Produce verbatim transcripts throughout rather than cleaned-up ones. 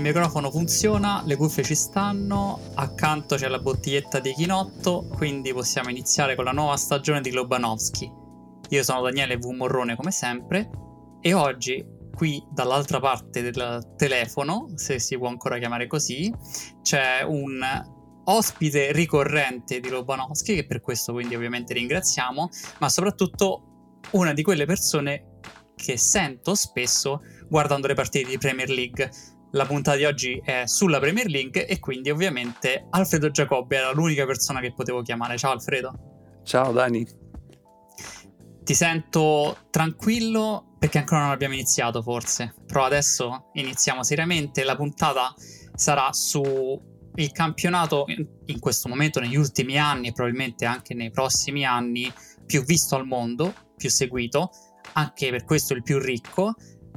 microfono funziona, le cuffie ci stanno, accanto c'è la bottiglietta di chinotto, quindi possiamo iniziare con la nuova stagione di Lobanovsky. Io sono Daniele V. Morrone come sempre e oggi qui dall'altra parte del telefono, se si può ancora chiamare così, c'è un ospite ricorrente di Lobanovsky, che per questo quindi ovviamente ringraziamo, ma soprattutto una di quelle persone che sento spesso guardando le partite di Premier League. La puntata di oggi è sulla Premier League e quindi ovviamente Alfredo Giacobbi era l'unica persona che potevo chiamare. Ciao Alfredo. Ciao Dani. Ti sento tranquillo perché ancora non abbiamo iniziato forse, però adesso iniziamo seriamente. La puntata sarà su il campionato in questo momento, negli ultimi anni e probabilmente anche nei prossimi anni, più visto al mondo, più seguito, anche per questo il più ricco,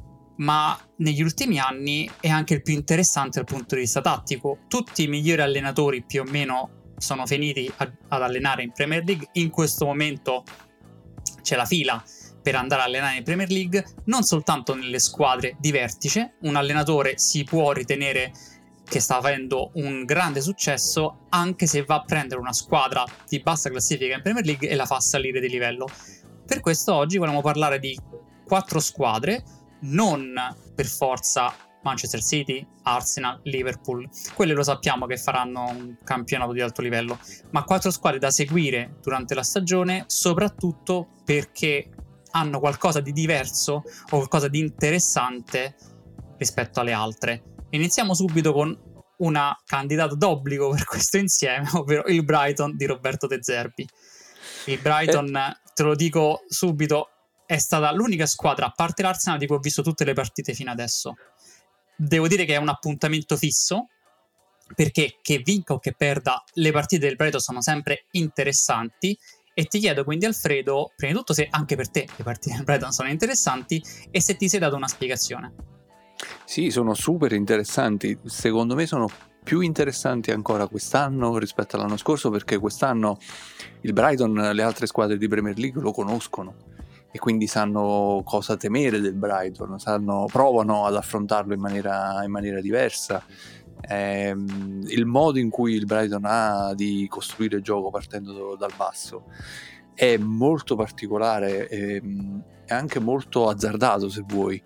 ma negli ultimi anni è anche il più interessante dal punto di vista tattico. Tutti i migliori allenatori più o meno sono finiti a, ad allenare in Premier League. In questo momento c'è la fila per andare a allenare in Premier League, non soltanto nelle squadre di vertice. Un allenatore si può ritenere che sta avendo un grande successo anche se va a prendere una squadra di bassa classifica in Premier League e la fa salire di livello. Per questo oggi vogliamo parlare di quattro squadre, non per forza Manchester City, Arsenal, Liverpool, quelle lo sappiamo che faranno un campionato di alto livello, ma quattro squadre da seguire durante la stagione, soprattutto perché hanno qualcosa di diverso o qualcosa di interessante rispetto alle altre. Iniziamo subito con una candidata d'obbligo per questo insieme, ovvero il Brighton di Roberto De Zerbi. Il Brighton, eh. te lo dico subito, è stata l'unica squadra, a parte l'Arsenal, di cui ho visto tutte le partite fino adesso. Devo dire che è un appuntamento fisso, perché che vinca o che perda, le partite del Brighton sono sempre interessanti. E ti chiedo quindi, Alfredo, prima di tutto se anche per te le partite del Brighton sono interessanti e se ti sei dato una spiegazione. Sì, sono super interessanti. Secondo me sono più interessanti ancora quest'anno rispetto all'anno scorso, perché quest'anno il Brighton, le altre squadre di Premier League lo conoscono e quindi sanno cosa temere del Brighton, sanno, provano ad affrontarlo in maniera, in maniera diversa. Eh, il modo in cui il Brighton ha di costruire il gioco partendo dal basso è molto particolare e è anche molto azzardato, se vuoi,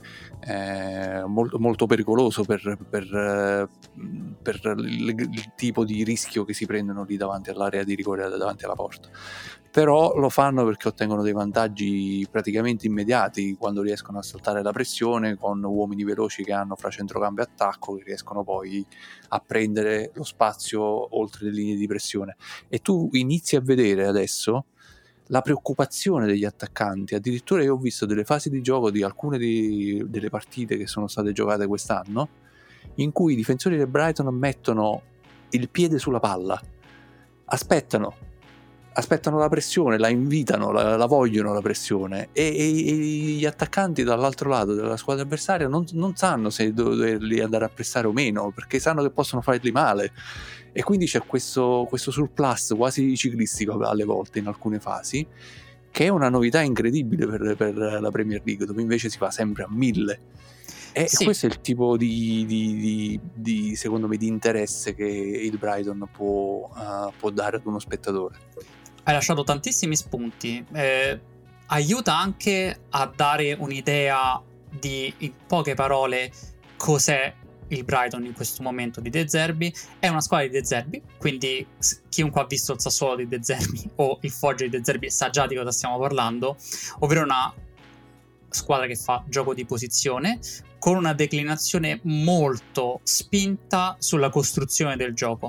è molto, molto pericoloso per, per, per il, il tipo di rischio che si prendono lì davanti all'area di rigore, davanti alla porta. Però lo fanno perché ottengono dei vantaggi praticamente immediati quando riescono a saltare la pressione, con uomini veloci che hanno fra centrocampo e attacco, che riescono poi a prendere lo spazio oltre le linee di pressione. E tu inizi a vedere adesso la preoccupazione degli attaccanti. Addirittura io ho visto delle fasi di gioco di alcune di, delle partite che sono state giocate quest'anno, in cui i difensori del Brighton mettono il piede sulla palla, aspettano aspettano la pressione, la invitano, la, la vogliono la pressione, e, e, e gli attaccanti dall'altro lato della squadra avversaria non, non sanno se doverli andare a pressare o meno, perché sanno che possono fargli male, e quindi c'è questo, questo surplus quasi ciclistico alle volte in alcune fasi, che è una novità incredibile per, per la Premier League, dove invece si va sempre a mille. E sì, questo è il tipo di, di, di, di secondo me di interesse che il Brighton può, uh, può dare ad uno spettatore. Hai lasciato tantissimi spunti, eh, aiuta anche a dare un'idea di, in poche parole, cos'è il Brighton in questo momento di De Zerbi. È una squadra di De Zerbi, quindi chiunque ha visto il Sassuolo di De Zerbi o il Foggia di De Zerbi sa già di cosa stiamo parlando, ovvero una squadra che fa gioco di posizione con una declinazione molto spinta sulla costruzione del gioco.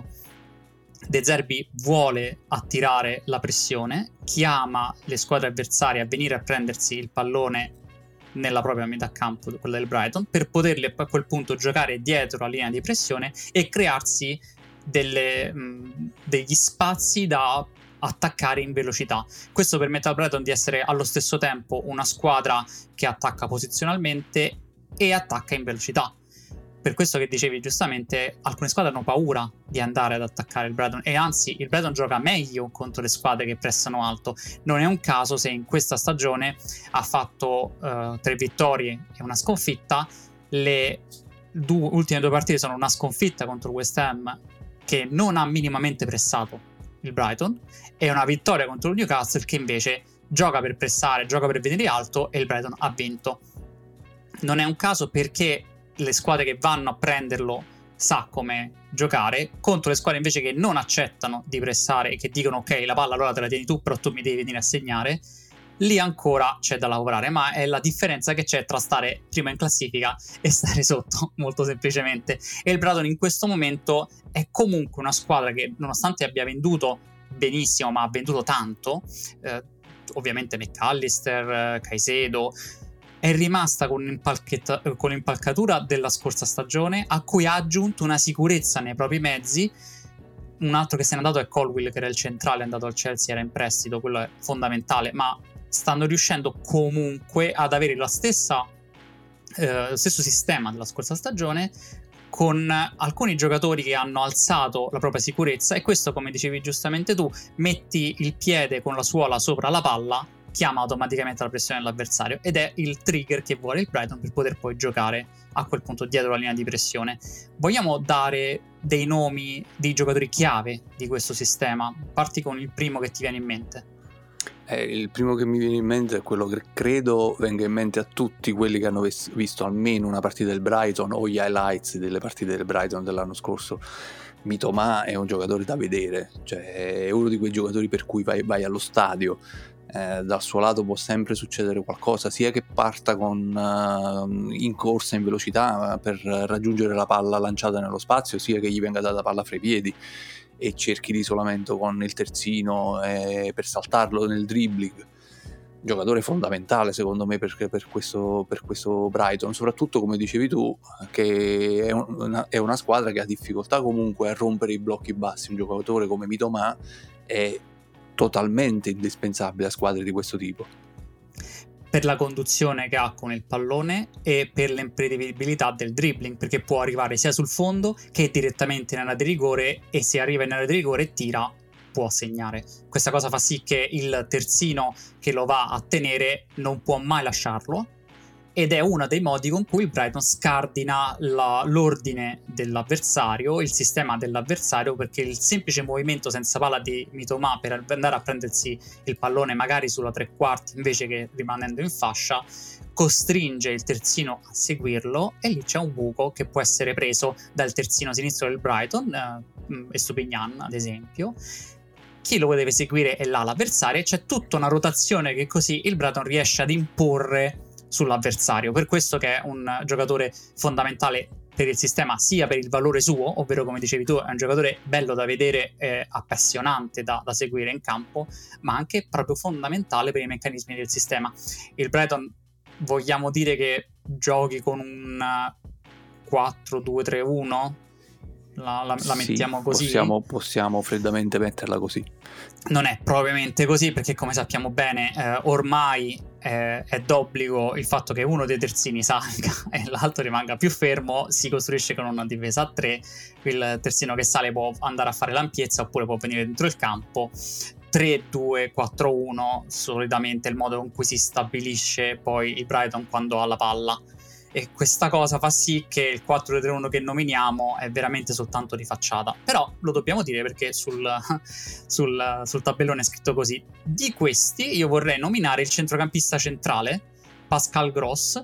De Zerbi vuole attirare la pressione, chiama le squadre avversarie a venire a prendersi il pallone nella propria metà campo, quella del Brighton, per poterli a quel punto giocare dietro la linea di pressione e crearsi delle, mh, degli spazi da attaccare in velocità. Questo permette al Brighton di essere allo stesso tempo una squadra che attacca posizionalmente e attacca in velocità. Per questo che dicevi giustamente, alcune squadre hanno paura di andare ad attaccare il Brighton, e anzi il Brighton gioca meglio contro le squadre che pressano alto. Non è un caso se in questa stagione ha fatto uh, tre vittorie e una sconfitta. Le due, ultime due partite sono una sconfitta contro il West Ham, che non ha minimamente pressato il Brighton, e una vittoria contro il Newcastle, che invece gioca per pressare, gioca per venire alto, e il Brighton ha vinto. Non è un caso, perché le squadre che vanno a prenderlo sa come giocare contro le squadre invece che non accettano di pressare e che dicono ok, la palla allora te la tieni tu, però tu mi devi venire a segnare. Lì ancora c'è da lavorare, ma è la differenza che c'è tra stare prima in classifica e stare sotto, molto semplicemente. E il Brighton in questo momento è comunque una squadra che, nonostante abbia venduto benissimo, ma ha venduto tanto, eh, ovviamente McAllister, Caicedo, è rimasta con, con l'impalcatura della scorsa stagione, a cui ha aggiunto una sicurezza nei propri mezzi. Un altro che se n'è andato è Colwill, che era il centrale, è andato al Chelsea, era in prestito, quello è fondamentale, ma stanno riuscendo comunque ad avere la stessa, eh, lo stesso sistema della scorsa stagione, con alcuni giocatori che hanno alzato la propria sicurezza, e questo, come dicevi giustamente tu, metti il piede con la suola sopra la palla, chiama automaticamente la pressione dell'avversario, ed è il trigger che vuole il Brighton per poter poi giocare a quel punto dietro la linea di pressione. Vogliamo dare dei nomi di giocatori chiave di questo sistema? Parti con il primo che ti viene in mente. Eh, il primo che mi viene in mente è quello che credo venga in mente a tutti quelli che hanno ves- visto almeno una partita del Brighton o gli highlights delle partite del Brighton dell'anno scorso. Mitoma è un giocatore da vedere, cioè è uno di quei giocatori per cui vai, vai allo stadio. Eh, dal suo lato può sempre succedere qualcosa, sia che parta con uh, in corsa in velocità per raggiungere la palla lanciata nello spazio, sia che gli venga data palla fra i piedi e cerchi l'isolamento con il terzino eh, per saltarlo nel dribbling. Giocatore fondamentale secondo me per, per, questo, per questo Brighton, soprattutto come dicevi tu, che è una, è una squadra che ha difficoltà comunque a rompere i blocchi bassi. Un giocatore come Mitoma è totalmente indispensabile a squadre di questo tipo, per la conduzione che ha con il pallone e per l'imprevedibilità del dribbling, perché può arrivare sia sul fondo che direttamente nell'area di rigore, e se arriva in area di rigore e tira può segnare. Questa cosa fa sì che il terzino che lo va a tenere non può mai lasciarlo, ed è uno dei modi con cui il Brighton scardina la, l'ordine dell'avversario, il sistema dell'avversario, perché il semplice movimento senza palla di Mitoma per andare a prendersi il pallone magari sulla tre quarti invece che rimanendo in fascia costringe il terzino a seguirlo, e lì c'è un buco che può essere preso dal terzino sinistro del Brighton, eh, Estupignan ad esempio. Chi lo deve seguire è là l'avversario, e c'è tutta una rotazione che così il Brighton riesce ad imporre sull'avversario. Per questo che è un giocatore fondamentale per il sistema, sia per il valore suo, ovvero come dicevi tu è un giocatore bello da vedere, eh, appassionante da, da seguire in campo, ma anche proprio fondamentale per i meccanismi del sistema. Il Brighton, vogliamo dire che giochi con un quattro due tre uno? La, la, la mettiamo sì, così? Possiamo, possiamo freddamente metterla così. Non è propriamente così, perché come sappiamo bene eh, ormai eh, è d'obbligo il fatto che uno dei terzini salga e l'altro rimanga più fermo. Si costruisce con una difesa a tre, il terzino che sale può andare a fare l'ampiezza oppure può venire dentro il campo. Tre due quattro uno solitamente è il modo con cui si stabilisce poi il Brighton quando ha la palla, e questa cosa fa sì che il quattro tre uno che nominiamo è veramente soltanto di facciata. Però lo dobbiamo dire perché sul, sul, sul tabellone è scritto così. Di questi io vorrei nominare il centrocampista centrale Pascal Gross,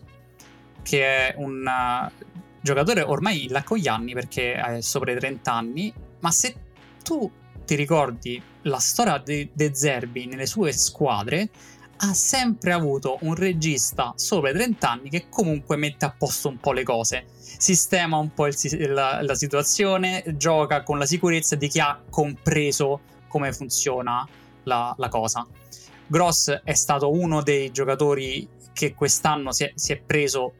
che è un uh, giocatore ormai là con gli anni perché è sopra i trenta anni, ma se tu ti ricordi la storia di De Zerbi nelle sue squadre, ha sempre avuto un regista sopra i trenta anni che comunque mette a posto un po' le cose, sistema un po' il, la, la situazione, gioca con la sicurezza di chi ha compreso come funziona la, la cosa. Gross è stato uno dei giocatori che quest'anno si è, si è preso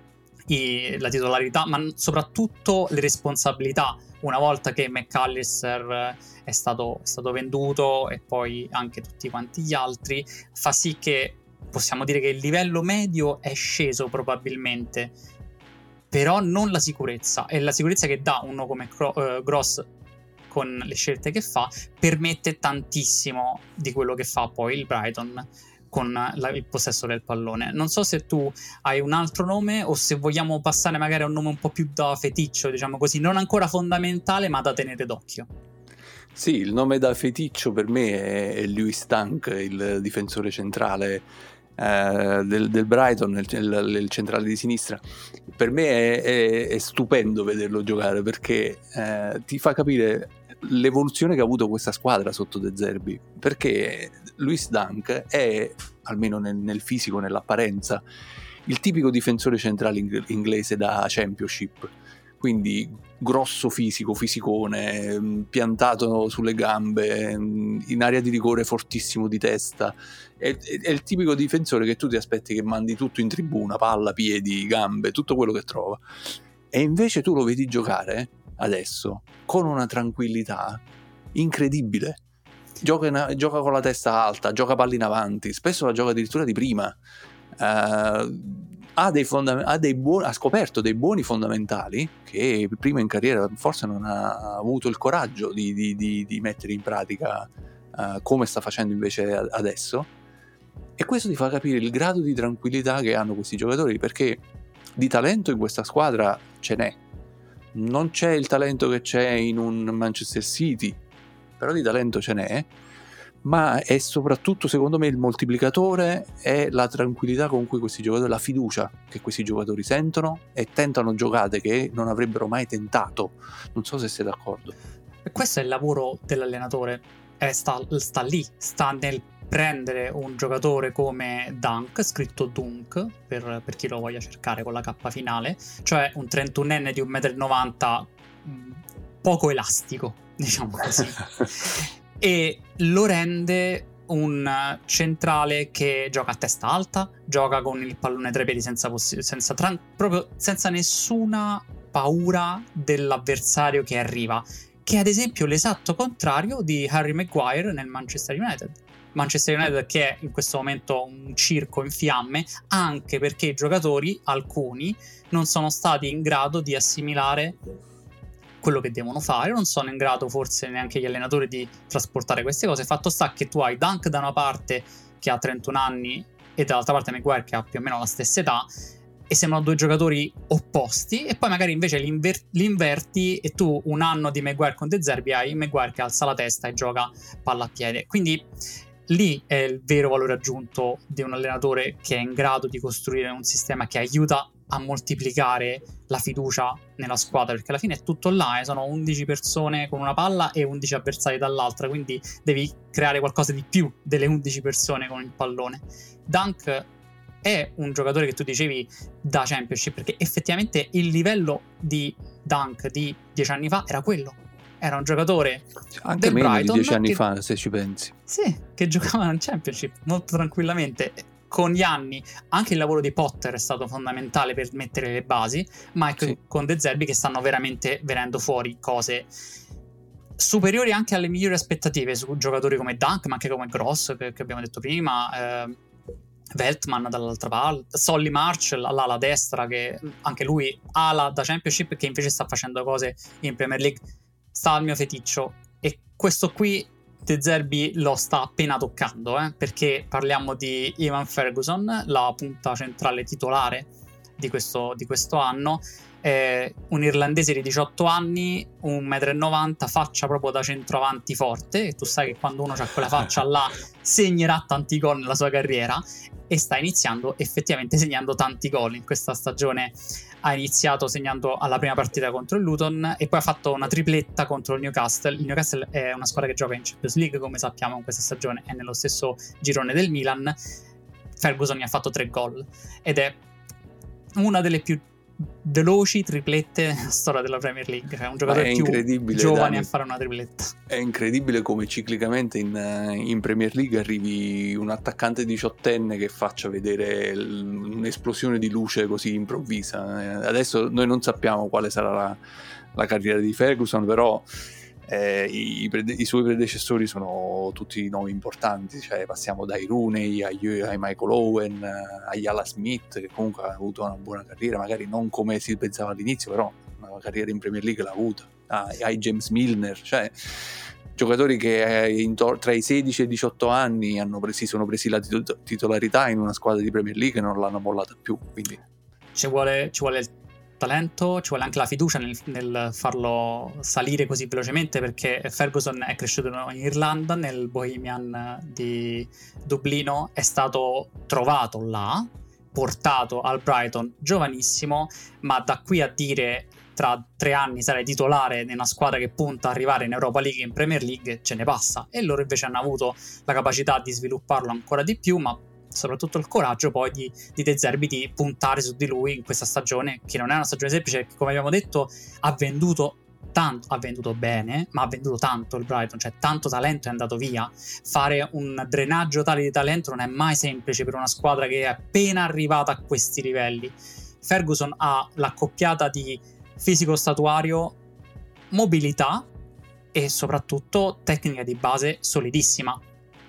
i, la titolarità, ma soprattutto le responsabilità, una volta che McAllister è stato, è stato venduto, e poi anche tutti quanti gli altri, fa sì che possiamo dire che il livello medio è sceso probabilmente, però non la sicurezza, e la sicurezza che dà uno come uh, Gross con le scelte che fa permette tantissimo di quello che fa poi il Brighton. con la, il possesso del pallone. Non so se tu hai un altro nome o se vogliamo passare magari a un nome un po' più da feticcio, diciamo così, non ancora fondamentale ma da tenere d'occhio. Sì, il nome da feticcio per me è, è Lewis Dunk, il difensore centrale eh, del, del Brighton, il, il, il centrale di sinistra. Per me è, è, è stupendo vederlo giocare, perché eh, ti fa capire l'evoluzione che ha avuto questa squadra sotto De Zerbi, perché Lewis Dunk è, almeno nel, nel fisico, nell'apparenza, il tipico difensore centrale ing- inglese da Championship, quindi grosso fisico, fisicone, piantato sulle gambe, in area di rigore fortissimo di testa. È, è, è il tipico difensore che tu ti aspetti che mandi tutto in tribuna, palla, piedi, gambe, tutto quello che trova. E invece tu lo vedi giocare adesso con una tranquillità incredibile. Gioca, in, gioca con la testa alta, gioca palla in avanti, spesso la gioca addirittura di prima. Uh, ha, dei fondament- ha, dei buoni, ha scoperto dei buoni fondamentali che prima in carriera forse non ha avuto il coraggio di, di, di, di mettere in pratica, uh, come sta facendo invece adesso. E questo ti fa capire il grado di tranquillità che hanno questi giocatori, perché di talento in questa squadra ce n'è. Non c'è il talento che c'è in un Manchester City, però di talento ce n'è, ma è soprattutto, secondo me, il moltiplicatore è la tranquillità con cui questi giocatori, la fiducia che questi giocatori sentono e tentano giocate che non avrebbero mai tentato. Non so se sei d'accordo. E questo è il lavoro dell'allenatore, eh, sta, sta lì, sta nel prendere un giocatore come Dunk, scritto Dunk per, per chi lo voglia cercare con la K finale, cioè un trentunnenne di un metro e novanta mh, poco elastico, diciamo così, e lo rende un centrale che gioca a testa alta, gioca con il pallone tra i piedi senza, possi- senza tran- proprio senza nessuna paura dell'avversario che arriva, che è ad esempio l'esatto contrario di Harry Maguire nel Manchester United. Manchester United che è in questo momento un circo in fiamme, anche perché i giocatori, alcuni, non sono stati in grado di assimilare quello che devono fare, non sono in grado forse neanche gli allenatori di trasportare queste cose. Fatto sta che tu hai Dunk da una parte che ha trentuno anni e dall'altra parte Maguire che ha più o meno la stessa età, e sembrano due giocatori opposti, e poi magari invece li, inver- li inverti e tu un anno di Maguire con De Zerbi hai Maguire che alza la testa e gioca palla a piede. Quindi lì è il vero valore aggiunto di un allenatore che è in grado di costruire un sistema che aiuta a moltiplicare la fiducia nella squadra, perché alla fine è tutto là, eh? Sono undici persone con una palla e undici avversari dall'altra, quindi devi creare qualcosa di più delle undici persone con il pallone. Dunk è un giocatore che tu dicevi da Championship, perché effettivamente il livello di Dunk di dieci anni fa era quello. Era un giocatore anche del meno Brighton di dieci anni che, fa, se ci pensi. Sì, che giocava in Championship molto tranquillamente. Con gli anni anche il lavoro di Potter è stato fondamentale per mettere le basi, ma è Sì. con De Zerbi che stanno veramente venendo fuori cose superiori anche alle migliori aspettative su giocatori come Dunk, ma anche come Gross che, che abbiamo detto prima, eh, Veltman dall'altra parte, Solly March all'ala destra, che anche lui ala da Championship, che invece sta facendo cose in Premier League. Sta al mio feticcio, e questo qui De Zerbi lo sta appena toccando, eh, perché parliamo di Ivan Ferguson, la punta centrale titolare di questo, di questo anno, eh, un irlandese di diciotto anni, un metro e novanta, faccia proprio da centroavanti forte, e tu sai che quando uno ha quella faccia là segnerà tanti gol nella sua carriera, e sta iniziando effettivamente segnando tanti gol in questa stagione. Ha iniziato segnando alla prima partita contro il Luton e poi ha fatto una tripletta contro il Newcastle. Il Newcastle è una squadra che gioca in Champions League, come sappiamo in questa stagione, è nello stesso girone del Milan. Ferguson ne ha fatto tre gol ed è una delle più veloci triplette nella storia della Premier League, cioè un giocatore più giovane Dani, a fare una tripletta. È incredibile come ciclicamente in, in Premier League arrivi un attaccante diciottenne che faccia vedere un'esplosione di luce così improvvisa. Adesso noi non sappiamo quale sarà la, la carriera di Ferguson, però eh, i, i suoi predecessori sono tutti nomi importanti, cioè passiamo dai Rooney ai, ai Michael Owen, agli Alan Smith, che comunque ha avuto una buona carriera, magari non come si pensava all'inizio, però una carriera in Premier League l'ha avuta, ai, ai James Milner, cioè giocatori che intor- tra i sedici e i diciotto anni hanno presi, sono presi la tit- titolarità in una squadra di Premier League e non l'hanno mollata più, quindi ci vuole, ci vuole il talento, ci vuole anche la fiducia nel, nel farlo salire così velocemente, perché Ferguson è cresciuto in Irlanda, nel Bohemian di Dublino, è stato trovato là, portato al Brighton giovanissimo, ma da qui a dire tra tre anni sarai titolare in una squadra che punta ad arrivare in Europa League e in Premier League ce ne passa, e loro invece hanno avuto la capacità di svilupparlo ancora di più, ma soprattutto il coraggio poi di, di De Zerbi di puntare su di lui in questa stagione, che non è una stagione semplice, perché come abbiamo detto ha venduto tanto, ha venduto bene, ma ha venduto tanto il Brighton, cioè tanto talento è andato via. Fare un drenaggio tale di talento non è mai semplice per una squadra che è appena arrivata a questi livelli. Ferguson ha l'accoppiata di fisico statuario, mobilità e soprattutto tecnica di base solidissima.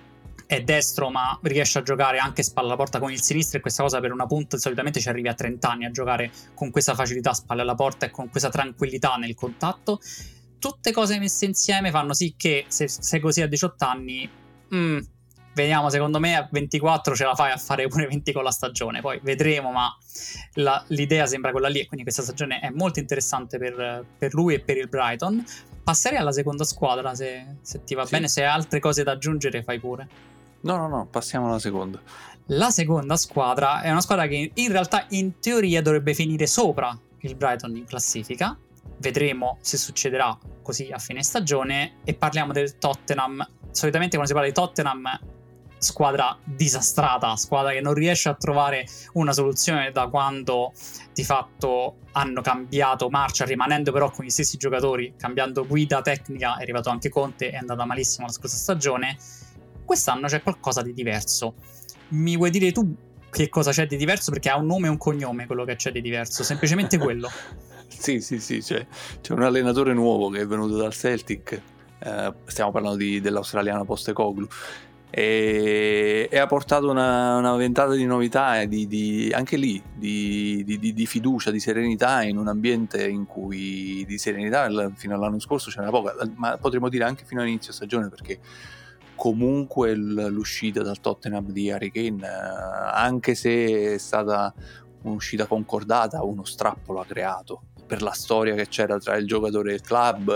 È destro, ma riesce a giocare anche spalle alla porta con il sinistro, e questa cosa per una punta solitamente ci arrivi a trenta anni, a giocare con questa facilità spalle alla porta e con questa tranquillità nel contatto. Tutte cose messe insieme fanno sì che se sei così a diciotto anni, mm, vediamo, secondo me a ventiquattro ce la fai a fare pure venti con la stagione, poi vedremo, ma la, l'idea sembra quella lì, e quindi questa stagione è molto interessante per, per lui e per il Brighton. Passerei alla seconda squadra, se, se ti va sì. bene, se hai altre cose da aggiungere fai pure. No, no, no, passiamo alla seconda. La seconda squadra è una squadra che in realtà in teoria dovrebbe finire sopra il Brighton in classifica. Vedremo se succederà così a fine stagione, e parliamo del Tottenham. Solitamente quando si parla di Tottenham, squadra disastrata, squadra che non riesce a trovare una soluzione da quando di fatto hanno cambiato marcia, rimanendo però con gli stessi giocatori, cambiando guida tecnica. È arrivato anche Conte, è andata malissimo la scorsa stagione. Quest'anno c'è qualcosa di diverso. Mi vuoi dire tu che cosa c'è di diverso? Perché ha un nome e un cognome quello che c'è di diverso, semplicemente quello. Sì, sì, sì, c'è, c'è un allenatore nuovo che è venuto dal Celtic, eh, stiamo parlando di, dell'australiano Postecoglou, e, e ha portato una, una ventata di novità e di, di, anche lì di, di, di fiducia, di serenità, in un ambiente in cui di serenità fino all'anno scorso ce n'era poca, ma potremmo dire anche fino all'inizio stagione, perché comunque l'uscita dal Tottenham di Harry Kane, anche se è stata un'uscita concordata, uno strappo l'ha creato per la storia che c'era tra il giocatore e il club.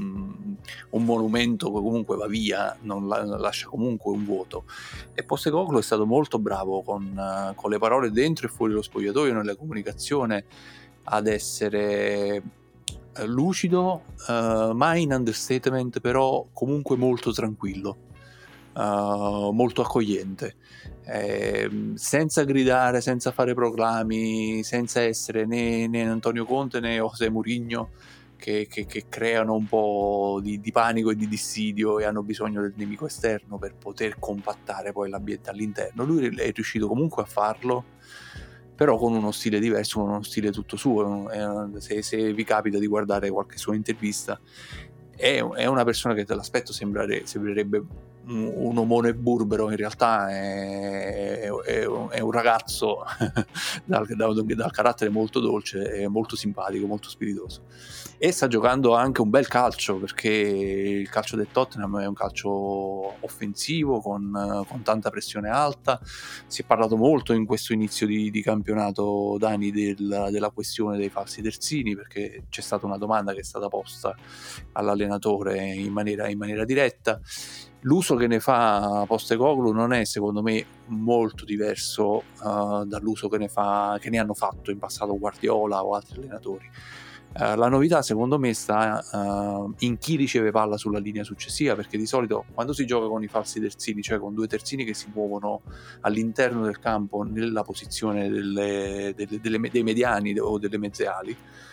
Un monumento che comunque va via, non la, lascia comunque un vuoto, e Postecoglou è stato molto bravo con, con le parole dentro e fuori lo spogliatoio, nella comunicazione, ad essere lucido, uh, mai in understatement, però comunque molto tranquillo. Uh, molto accogliente, eh, senza gridare, senza fare proclami, senza essere né, né Antonio Conte né José Mourinho che, che, che creano un po' di, di panico e di dissidio e hanno bisogno del nemico esterno per poter compattare poi l'ambiente all'interno. Lui è riuscito comunque a farlo, però con uno stile diverso, con uno stile tutto suo. Se, se vi capita di guardare qualche sua intervista, è, è una persona che dall'aspetto sembrare, sembrerebbe un omone burbero, in realtà è, è, è un ragazzo dal, dal, dal carattere molto dolce, è molto simpatico, molto spiritoso, e sta giocando anche un bel calcio, perché il calcio del Tottenham è un calcio offensivo con, con tanta pressione alta. Si è parlato molto in questo inizio di, di campionato, Dani, del, della questione dei falsi terzini, perché c'è stata una domanda che è stata posta all'allenatore in maniera, in maniera diretta. L'uso che ne fa Postecoglou non è, secondo me, molto diverso uh, dall'uso che ne fa, che ne hanno fatto in passato Guardiola o altri allenatori. Uh, la novità, secondo me, sta uh, in chi riceve palla sulla linea successiva, perché di solito quando si gioca con i falsi terzini, cioè con due terzini che si muovono all'interno del campo nella posizione delle, delle, delle, dei mediani o delle mezze ali,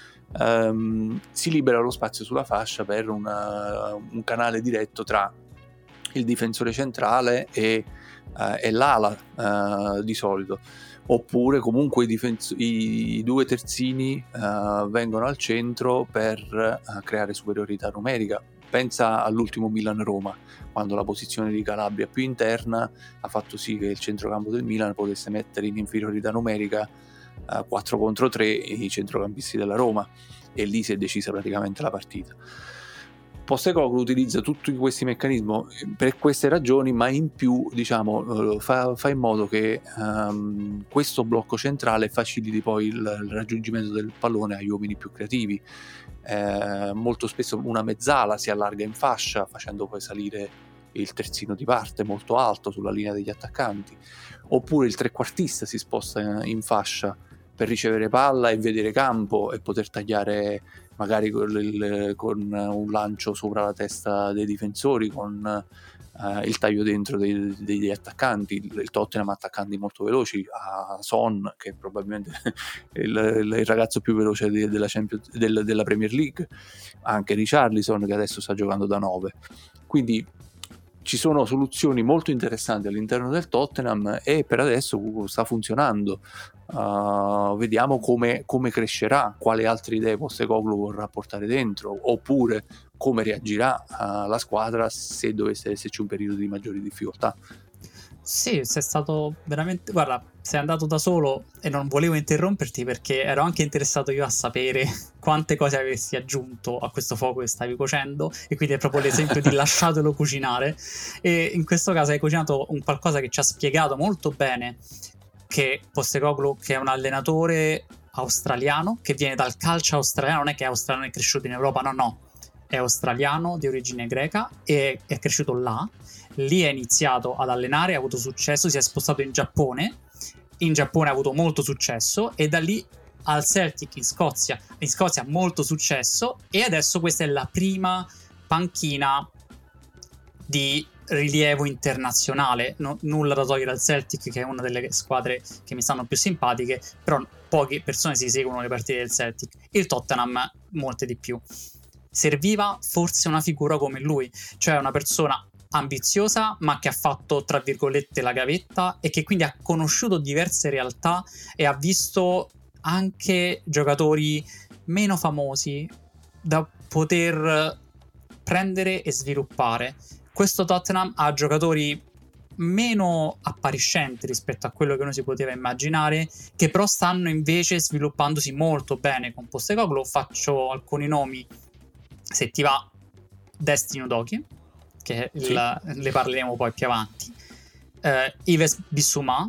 um, si libera lo spazio sulla fascia per una, un canale diretto tra il difensore centrale e, uh, e l'ala, uh, di solito, oppure comunque i, difens- i due terzini uh, vengono al centro per uh, creare superiorità numerica. Pensa all'ultimo Milan-Roma, quando la posizione di Calabria più interna ha fatto sì che il centrocampo del Milan potesse mettere in inferiorità numerica uh, quattro contro tre i centrocampisti della Roma, e lì si è decisa praticamente la partita. Postecoglou utilizza tutti questi meccanismi per queste ragioni, ma in più, diciamo, fa, fa in modo che um, questo blocco centrale faciliti poi il, il raggiungimento del pallone agli uomini più creativi. Eh, molto spesso una mezzala si allarga in fascia, facendo poi salire il terzino di parte molto alto sulla linea degli attaccanti, oppure il trequartista si sposta in fascia per ricevere palla e vedere campo e poter tagliare magari con, il, con un lancio sopra la testa dei difensori, con eh, il taglio dentro dei, degli attaccanti. Il, il Tottenham ha attaccanti molto veloci, a Son, che è probabilmente il, il ragazzo più veloce de, della, Champions, del, della Premier League, anche Richarlison che adesso sta giocando da nove. Quindi ci sono soluzioni molto interessanti all'interno del Tottenham e per adesso sta funzionando. Uh, vediamo come, come crescerà, quali altre idee Postecoglou vorrà portare dentro, oppure come reagirà uh, la squadra se dovesse esserci un periodo di maggiori difficoltà. Sì, sei stato veramente... Guarda, sei andato da solo e non volevo interromperti perché ero anche interessato io a sapere quante cose avessi aggiunto a questo fuoco che stavi cuocendo, e quindi è proprio l'esempio di lasciatelo cucinare. E in questo caso hai cucinato un qualcosa che ci ha spiegato molto bene che Postecoglou, che è un allenatore australiano, che viene dal calcio australiano, non è che è australiano e è cresciuto in Europa, no no, è australiano di origine greca e è cresciuto là. Lì è iniziato ad allenare, ha avuto successo, si è spostato in Giappone, in Giappone ha avuto molto successo e da lì al Celtic in Scozia, in Scozia ha molto successo, e adesso questa è la prima panchina di rilievo internazionale. No, nulla da togliere al Celtic, che è una delle squadre che mi stanno più simpatiche, però poche persone si seguono le partite del Celtic. Il Tottenham molte di più. Serviva forse una figura come lui, cioè una persona ambiziosa ma che ha fatto tra virgolette la gavetta e che quindi ha conosciuto diverse realtà e ha visto anche giocatori meno famosi da poter prendere e sviluppare. Questo Tottenham ha giocatori meno appariscenti rispetto a quello che uno si poteva immaginare, che però stanno invece sviluppandosi molto bene con Postecoglou. Faccio alcuni nomi, se ti va: Destiny Udogie, che sì. il, le parleremo poi più avanti, uh, Yves Bissouma,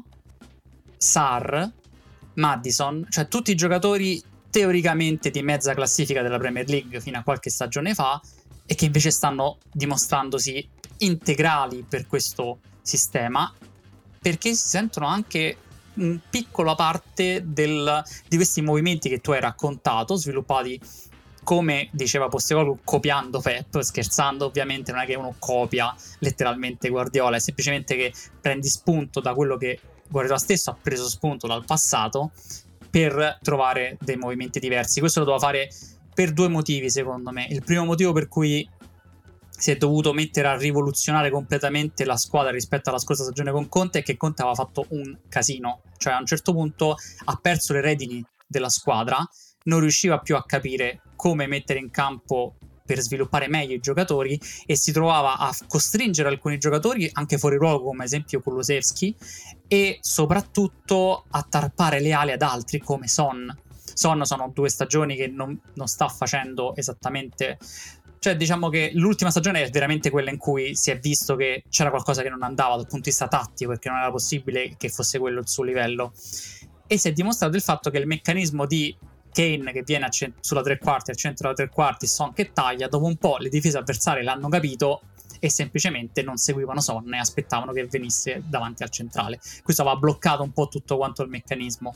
Sarr, Maddison, cioè tutti i giocatori teoricamente di mezza classifica della Premier League fino a qualche stagione fa, e che invece stanno dimostrandosi integrali per questo sistema, perché si sentono anche un piccola parte del, di questi movimenti che tu hai raccontato, sviluppati, come diceva Postecoglou, copiando Pep, scherzando ovviamente. Non è che uno copia letteralmente Guardiola, è semplicemente che prendi spunto da quello che Guardiola stesso ha preso spunto dal passato per trovare dei movimenti diversi. Questo lo doveva fare per due motivi, secondo me. Il primo motivo per cui si è dovuto mettere a rivoluzionare completamente la squadra rispetto alla scorsa stagione con Conte è che Conte aveva fatto un casino, cioè a un certo punto ha perso le redini della squadra, non riusciva più a capire come mettere in campo per sviluppare meglio i giocatori, e si trovava a costringere alcuni giocatori anche fuori ruolo, come esempio Kulusevski, e soprattutto a tarpare le ali ad altri come Son. Son sono due stagioni che non, non sta facendo esattamente, cioè diciamo che l'ultima stagione è veramente quella in cui si è visto che c'era qualcosa che non andava dal punto di vista tattico, perché non era possibile che fosse quello il suo livello, e si è dimostrato il fatto che il meccanismo di Kane che viene a cent- sulla tre quarti, al centro della tre quarti, Son che taglia, dopo un po' le difese avversarie l'hanno capito e semplicemente non seguivano Son e aspettavano che venisse davanti al centrale. Questo aveva bloccato un po' tutto quanto il meccanismo.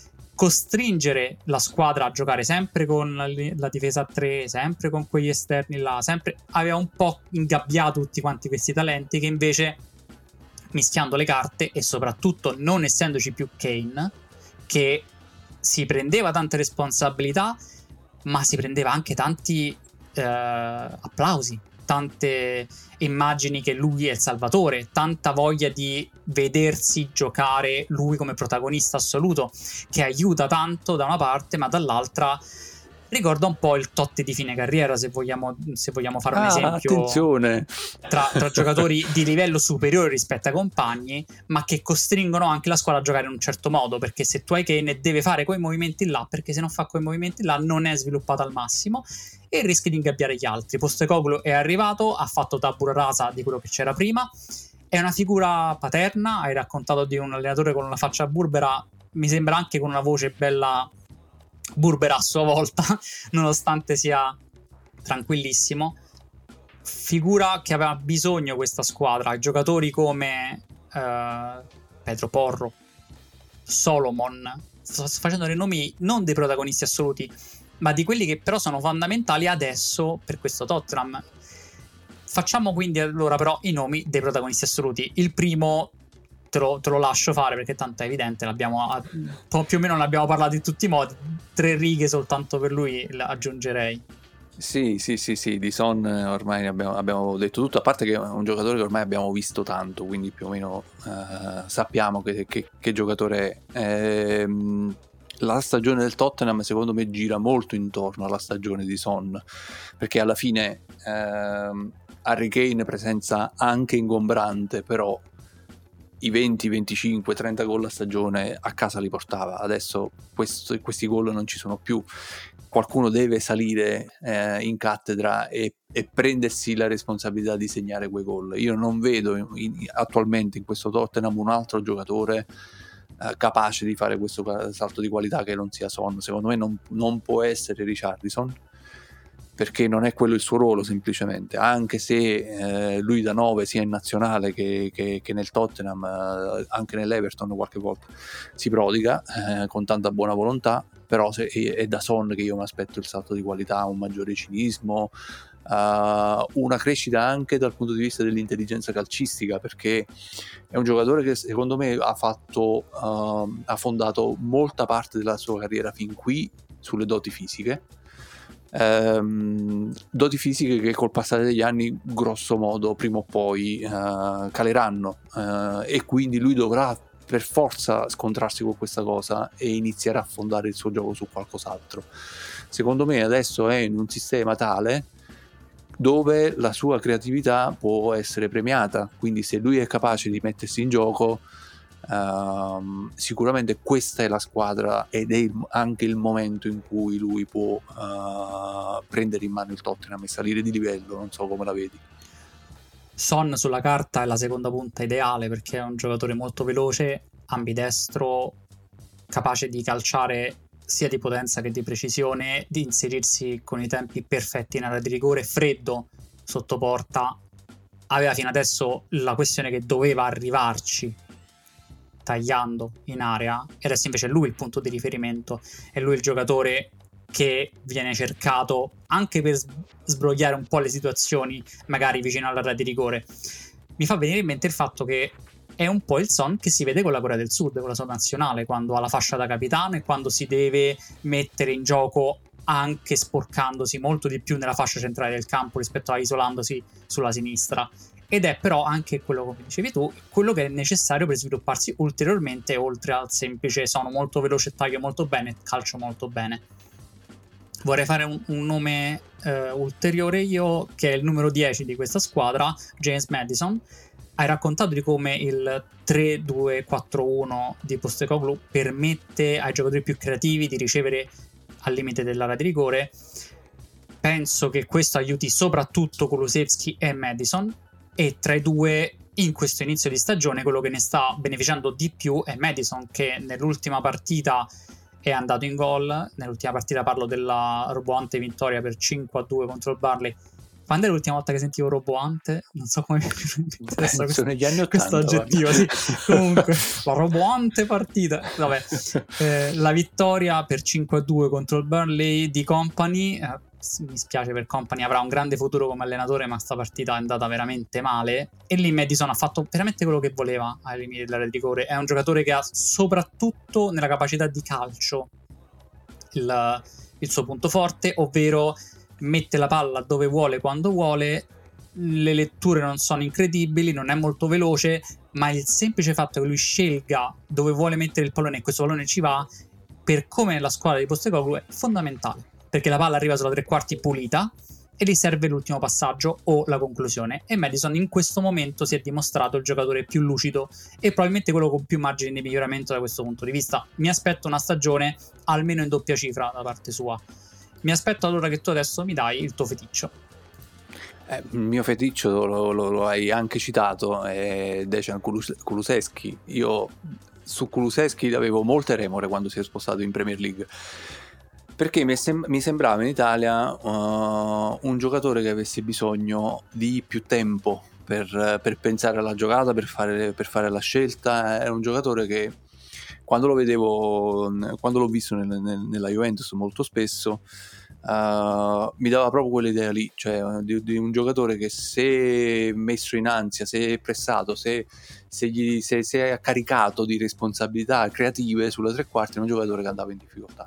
Costringere la squadra a giocare sempre con la, la difesa a tre, sempre con quegli esterni là, sempre, aveva un po' ingabbiato tutti quanti questi talenti che invece, mischiando le carte e soprattutto non essendoci più Kane, che si prendeva tante responsabilità ma si prendeva anche tanti eh, applausi, tante immagini che lui è il salvatore, tanta voglia di vedersi giocare lui come protagonista assoluto, che aiuta tanto da una parte, ma dall'altra ricorda un po' il Totti di fine carriera, se vogliamo, se vogliamo fare un Ah, esempio, attenzione! tra, tra giocatori di livello superiore rispetto ai compagni, ma che costringono anche la squadra a giocare in un certo modo, perché se tu hai Kane deve fare quei movimenti là, perché se non fa quei movimenti là non è sviluppato al massimo e rischi di ingabbiare gli altri. Postecoglou è arrivato, ha fatto tabula rasa di quello che c'era prima, è una figura paterna, hai raccontato di un allenatore con una faccia burbera, mi sembra anche con una voce bella burbera a sua volta, nonostante sia tranquillissimo. Figura che aveva bisogno questa squadra, giocatori come eh, Pedro Porro, Solomon, sto facendo dei nomi non dei protagonisti assoluti, ma di quelli che però sono fondamentali adesso per questo Tottenham. Facciamo quindi allora però i nomi dei protagonisti assoluti. Il primo te lo, te lo lascio fare perché tanto è evidente, l'abbiamo, più o meno l'abbiamo parlato in tutti i modi, tre righe soltanto per lui aggiungerei. Sì, sì, sì, sì, di Son ormai abbiamo, abbiamo detto tutto, a parte che è un giocatore che ormai abbiamo visto tanto, quindi più o meno eh, sappiamo che, che, che giocatore è. Ehm, la stagione del Tottenham secondo me gira molto intorno alla stagione di Son, perché alla fine ehm, Harry Kane presenza anche ingombrante, però i venti, venticinque, trenta gol a stagione a casa li portava. Adesso questo, questi gol non ci sono più. Qualcuno deve salire eh, in cattedra e, e prendersi la responsabilità di segnare quei gol. Io non vedo in, in, attualmente in questo Tottenham un altro giocatore eh, capace di fare questo salto di qualità che non sia Son. Secondo me non, non può essere Richarlison, perché non è quello il suo ruolo semplicemente, anche se eh, lui da nove sia in nazionale che, che, che nel Tottenham, eh, anche nell'Everton qualche volta si prodiga eh, con tanta buona volontà, però se, è da Son che io mi aspetto il salto di qualità, un maggiore cinismo, uh, una crescita anche dal punto di vista dell'intelligenza calcistica, perché è un giocatore che secondo me ha fatto uh, ha fondato molta parte della sua carriera fin qui sulle doti fisiche. Um, doti fisiche che col passare degli anni grosso modo prima o poi uh, caleranno uh, e quindi lui dovrà per forza scontrarsi con questa cosa e iniziare a fondare il suo gioco su qualcos'altro. Secondo me adesso è in un sistema tale dove la sua creatività può essere premiata, quindi se lui è capace di mettersi in gioco Uh, sicuramente questa è la squadra ed è il, anche il momento in cui lui può uh, prendere in mano il Tottenham e salire di livello. Non so come la vedi. Son sulla carta è la seconda punta ideale perché è un giocatore molto veloce, ambidestro, capace di calciare sia di potenza che di precisione, di inserirsi con i tempi perfetti in area di rigore, freddo sotto porta. Aveva fino adesso la questione che doveva arrivarci tagliando in area e adesso invece è lui il punto di riferimento, è lui il giocatore che viene cercato anche per sbrogliare un po' le situazioni magari vicino all'area di rigore. Mi fa venire in mente il fatto che è un po' il Son che si vede con la Corea del Sud, con la sua nazionale, quando ha la fascia da capitano e quando si deve mettere in gioco anche sporcandosi molto di più nella fascia centrale del campo rispetto a isolandosi sulla sinistra. Ed è però anche quello, come dicevi tu, quello che è necessario per svilupparsi ulteriormente, oltre al semplice sono molto veloce, taglio molto bene, calcio molto bene. Vorrei fare un, un nome eh, ulteriore io, che è il numero dieci di questa squadra, James Maddison. Hai raccontato di come il tre due quattro uno di Postecoglou permette ai giocatori più creativi di ricevere al limite dell'area di rigore. Penso che questo aiuti soprattutto Kulusevski e Maddison, e tra i due in questo inizio di stagione quello che ne sta beneficiando di più è Maddison, che nell'ultima partita è andato in gol. Nell'ultima partita parlo della roboante vittoria per cinque a due contro il Burnley. Quando è l'ultima volta che sentivo roboante? Non so come mi interessa questo, negli anni questo aggettivo, sì. Comunque la roboante partita, vabbè. Eh, la vittoria per cinque a due contro il Burnley di Kompany. eh, mi spiace per Kompany, avrà un grande futuro come allenatore, ma sta partita è andata veramente male e lì Maddison ha fatto veramente quello che voleva ai limiti dell'area di rigore. È un giocatore che ha soprattutto nella capacità di calcio il, il suo punto forte, ovvero mette la palla dove vuole, quando vuole, le letture non sono incredibili, non è molto veloce, ma il semplice fatto che lui scelga dove vuole mettere il pallone e questo pallone ci va, per come è la squadra di Postecoglou, è fondamentale. perché la palla arriva sulla tre quarti pulita e gli serve l'ultimo passaggio o la conclusione, e Maddison in questo momento si è dimostrato il giocatore più lucido e probabilmente quello con più margini di miglioramento da questo punto di vista. Mi aspetto una stagione almeno in doppia cifra da parte sua. Mi aspetto allora che tu adesso mi dai il tuo feticcio. Eh, il mio feticcio lo, lo, lo hai anche citato, è Dejan Kulus- Kulusevski. Io su Kulusevski avevo molte remore quando si è spostato in Premier League, perché mi, sem- mi sembrava in Italia uh, un giocatore che avesse bisogno di più tempo per, per pensare alla giocata, per fare, per fare la scelta. Era un giocatore che quando lo vedevo, quando l'ho visto nel, nel, nella Juventus molto spesso, uh, mi dava proprio quell'idea lì, cioè di, di un giocatore che se messo in ansia, se pressato, se, se, gli, se, se è caricato di responsabilità creative sulla tre quarti, è un giocatore che andava in difficoltà.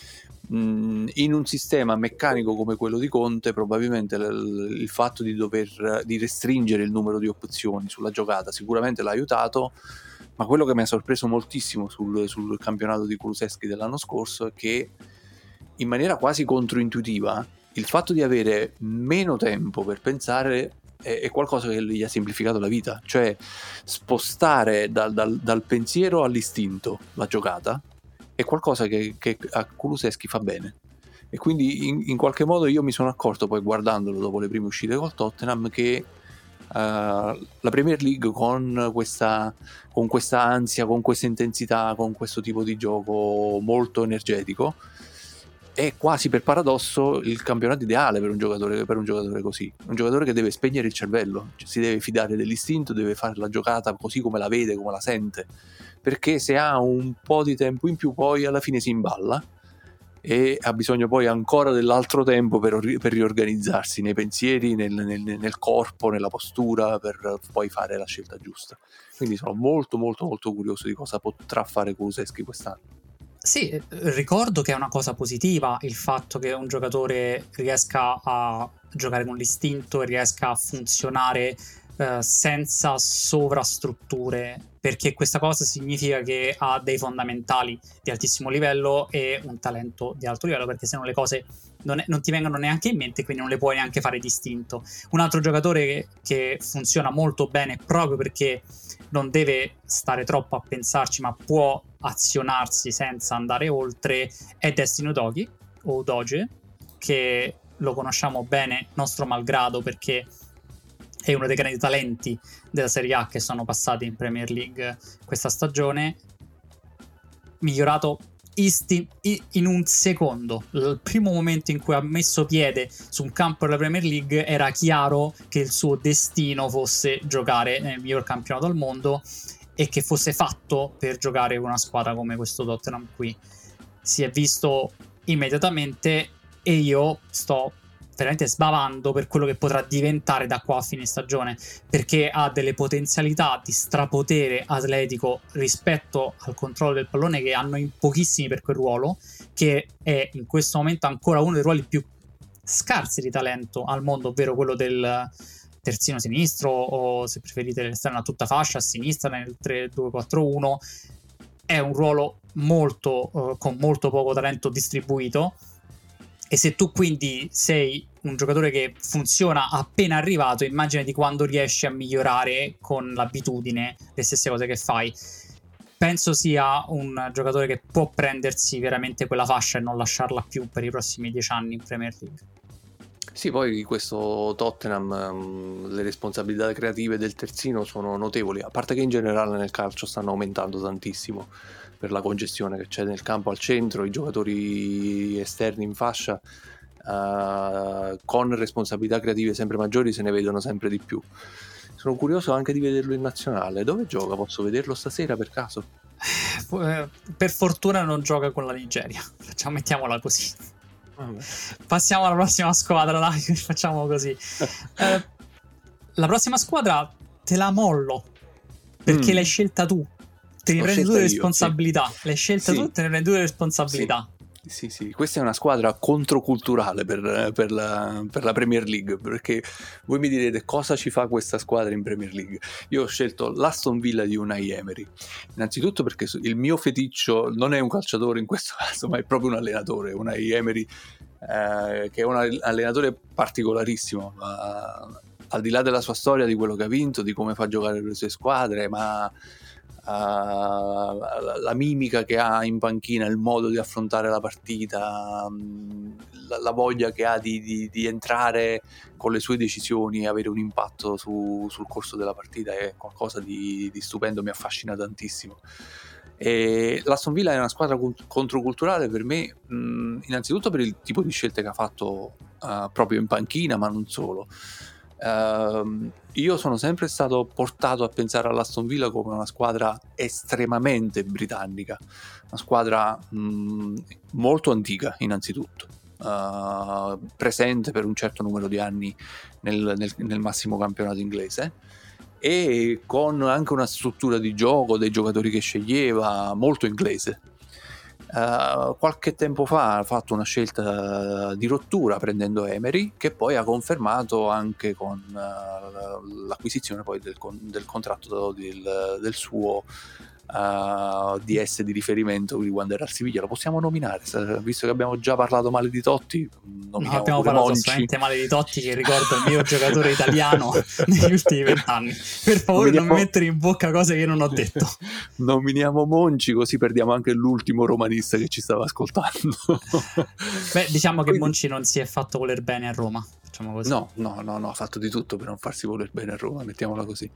In un sistema meccanico come quello di Conte, probabilmente l- il fatto di dover di restringere il numero di opzioni sulla giocata sicuramente l'ha aiutato, ma quello che mi ha sorpreso moltissimo sul, sul campionato di Kulusevski dell'anno scorso è che in maniera quasi controintuitiva il fatto di avere meno tempo per pensare è, è qualcosa che gli ha semplificato la vita, cioè spostare dal, dal, dal pensiero all'istinto la giocata è qualcosa che, che a Kulusevski fa bene, e quindi in, in qualche modo io mi sono accorto poi guardandolo dopo le prime uscite col Tottenham che uh, la Premier League con questa, con questa ansia, con questa intensità, con questo tipo di gioco molto energetico è quasi per paradosso il campionato ideale per un giocatore, per un giocatore così, un giocatore che deve spegnere il cervello, cioè si deve fidare dell'istinto, deve fare la giocata così come la vede, come la sente, perché se ha un po' di tempo in più poi alla fine si imballa e ha bisogno poi ancora dell'altro tempo per, per riorganizzarsi nei pensieri, nel, nel, nel corpo, nella postura, per poi fare la scelta giusta. Quindi sono molto molto molto curioso di cosa potrà fare Kulusevski quest'anno. Sì, ricordo che è una cosa positiva il fatto che un giocatore riesca a giocare con l'istinto e riesca a funzionare eh, senza sovrastrutture, perché questa cosa significa che ha dei fondamentali di altissimo livello e un talento di alto livello, perché se no le cose non, è, non ti vengono neanche in mente, quindi non le puoi neanche fare distinto. Un altro giocatore che, che funziona molto bene proprio perché non deve stare troppo a pensarci, ma può azionarsi senza andare oltre, è Destiny Udogie, o Udogie, che lo conosciamo bene nostro malgrado perché è uno dei grandi talenti della Serie A che sono passati in Premier League questa stagione, migliorato isti- in un secondo. Il primo momento in cui ha messo piede su un campo della Premier League era chiaro che il suo destino fosse giocare nel miglior campionato del mondo e che fosse fatto per giocare con una squadra come questo Tottenham qui. Si è visto immediatamente e io sto veramente sbavando per quello che potrà diventare da qua a fine stagione, perché ha delle potenzialità di strapotere atletico rispetto al controllo del pallone che hanno in pochissimi per quel ruolo, che è in questo momento ancora uno dei ruoli più scarsi di talento al mondo, ovvero quello del terzino sinistro o, se preferite, l'esterno a tutta fascia a sinistra nel tre due quattro uno. È un ruolo molto uh, con molto poco talento distribuito, e se tu quindi sei un giocatore che funziona appena arrivato, immagina di quando riesci a migliorare con l'abitudine le stesse cose che fai. Penso sia un giocatore che può prendersi veramente quella fascia e non lasciarla più per i prossimi dieci anni in Premier League. Sì, poi questo Tottenham, um, le responsabilità creative del terzino sono notevoli, a parte che in generale nel calcio stanno aumentando tantissimo per la congestione che c'è nel campo al centro, i giocatori esterni in fascia uh, con responsabilità creative sempre maggiori se ne vedono sempre di più. Sono curioso anche di vederlo in nazionale. Dove gioca? Posso vederlo stasera per caso? Eh, per fortuna non gioca con la Nigeria, facciamo, mettiamola così. Vabbè. Passiamo alla prossima squadra, dai, facciamo così. eh, la prossima squadra te la mollo perché mm. l'hai scelta tu, te ne prendi due responsabilità. Sì. L'hai scelta sì. tu, te ne prendi due responsabilità. Sì, sì, sì, questa è una squadra controculturale per, per, la, per la Premier League, perché voi mi direte cosa ci fa questa squadra in Premier League. Io ho scelto l'Aston Villa di Unai Emery, innanzitutto perché il mio feticcio non è un calciatore in questo caso, ma è proprio un allenatore. Unai Emery eh, che è un allenatore particolarissimo, ma, al di là della sua storia, di quello che ha vinto, di come fa giocare le sue squadre, ma uh, la, la mimica che ha in panchina, il modo di affrontare la partita, um, la, la voglia che ha di, di, di entrare con le sue decisioni e avere un impatto su, sul corso della partita è qualcosa di, di stupendo, mi affascina tantissimo. E l'Aston Villa è una squadra controculturale per me, mh, innanzitutto per il tipo di scelte che ha fatto uh, proprio in panchina, ma non solo. Uh, io sono sempre stato portato a pensare all'Aston Villa come una squadra estremamente britannica, una squadra mh, molto antica innanzitutto, uh, presente per un certo numero di anni nel, nel, nel massimo campionato inglese, e con anche una struttura di gioco, dei giocatori che sceglieva, molto inglese. Uh, qualche tempo fa ha fatto una scelta di rottura prendendo Emery, che poi ha confermato anche con uh, l'acquisizione poi del, del contratto del, del suo uh, D S di riferimento di quando era al Siviglia. Lo possiamo nominare, visto che abbiamo già parlato male di Totti? No, abbiamo parlato Monchi. Assolutamente male di Totti, che ricordo il mio giocatore italiano negli ultimi vent'anni. Per favore nominiamo... non mi mettere in bocca cose che non ho detto. Nominiamo Monchi, così perdiamo anche l'ultimo romanista che ci stava ascoltando. Beh, diciamo che Quindi... Monchi non si è fatto voler bene a Roma. Così. No, no, no, no, ha fatto di tutto per non farsi voler bene a Roma, mettiamola così.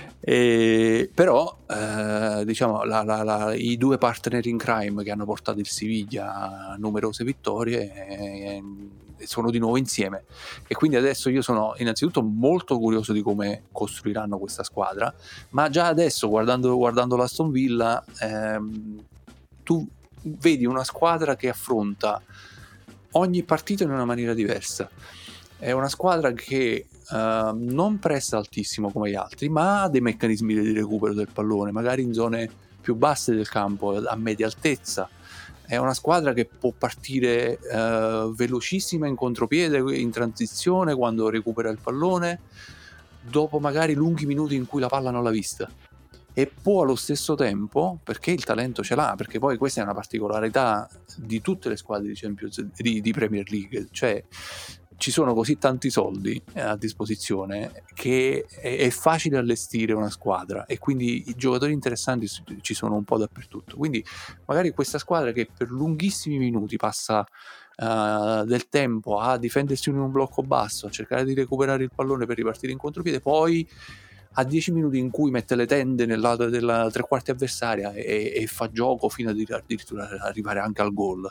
E, però, eh, diciamo, la, la, la, i due partner in crime che hanno portato il Siviglia a numerose vittorie eh, sono di nuovo insieme. E quindi adesso io sono innanzitutto molto curioso di come costruiranno questa squadra, ma già adesso, guardando, guardando l'Aston Villa, ehm, tu vedi una squadra che affronta ogni partita in una maniera diversa. È una squadra che uh, non pressa altissimo come gli altri, ma ha dei meccanismi di recupero del pallone, magari in zone più basse del campo, a media altezza. È una squadra che può partire uh, velocissima in contropiede, in transizione, quando recupera il pallone, dopo magari lunghi minuti in cui la palla non l'ha vista. E può allo stesso tempo, perché il talento ce l'ha, perché poi questa è una particolarità di tutte le squadre di Champions, di, di Premier League, cioè ci sono così tanti soldi a disposizione che è, è facile allestire una squadra, e quindi i giocatori interessanti ci sono un po' dappertutto. Quindi magari questa squadra che per lunghissimi minuti passa uh, del tempo a difendersi in un blocco basso, a cercare di recuperare il pallone per ripartire in contropiede, poi a dieci minuti in cui mette le tende nel lato della tre quarti avversaria e, e fa gioco fino ad addirittura arrivare anche al gol.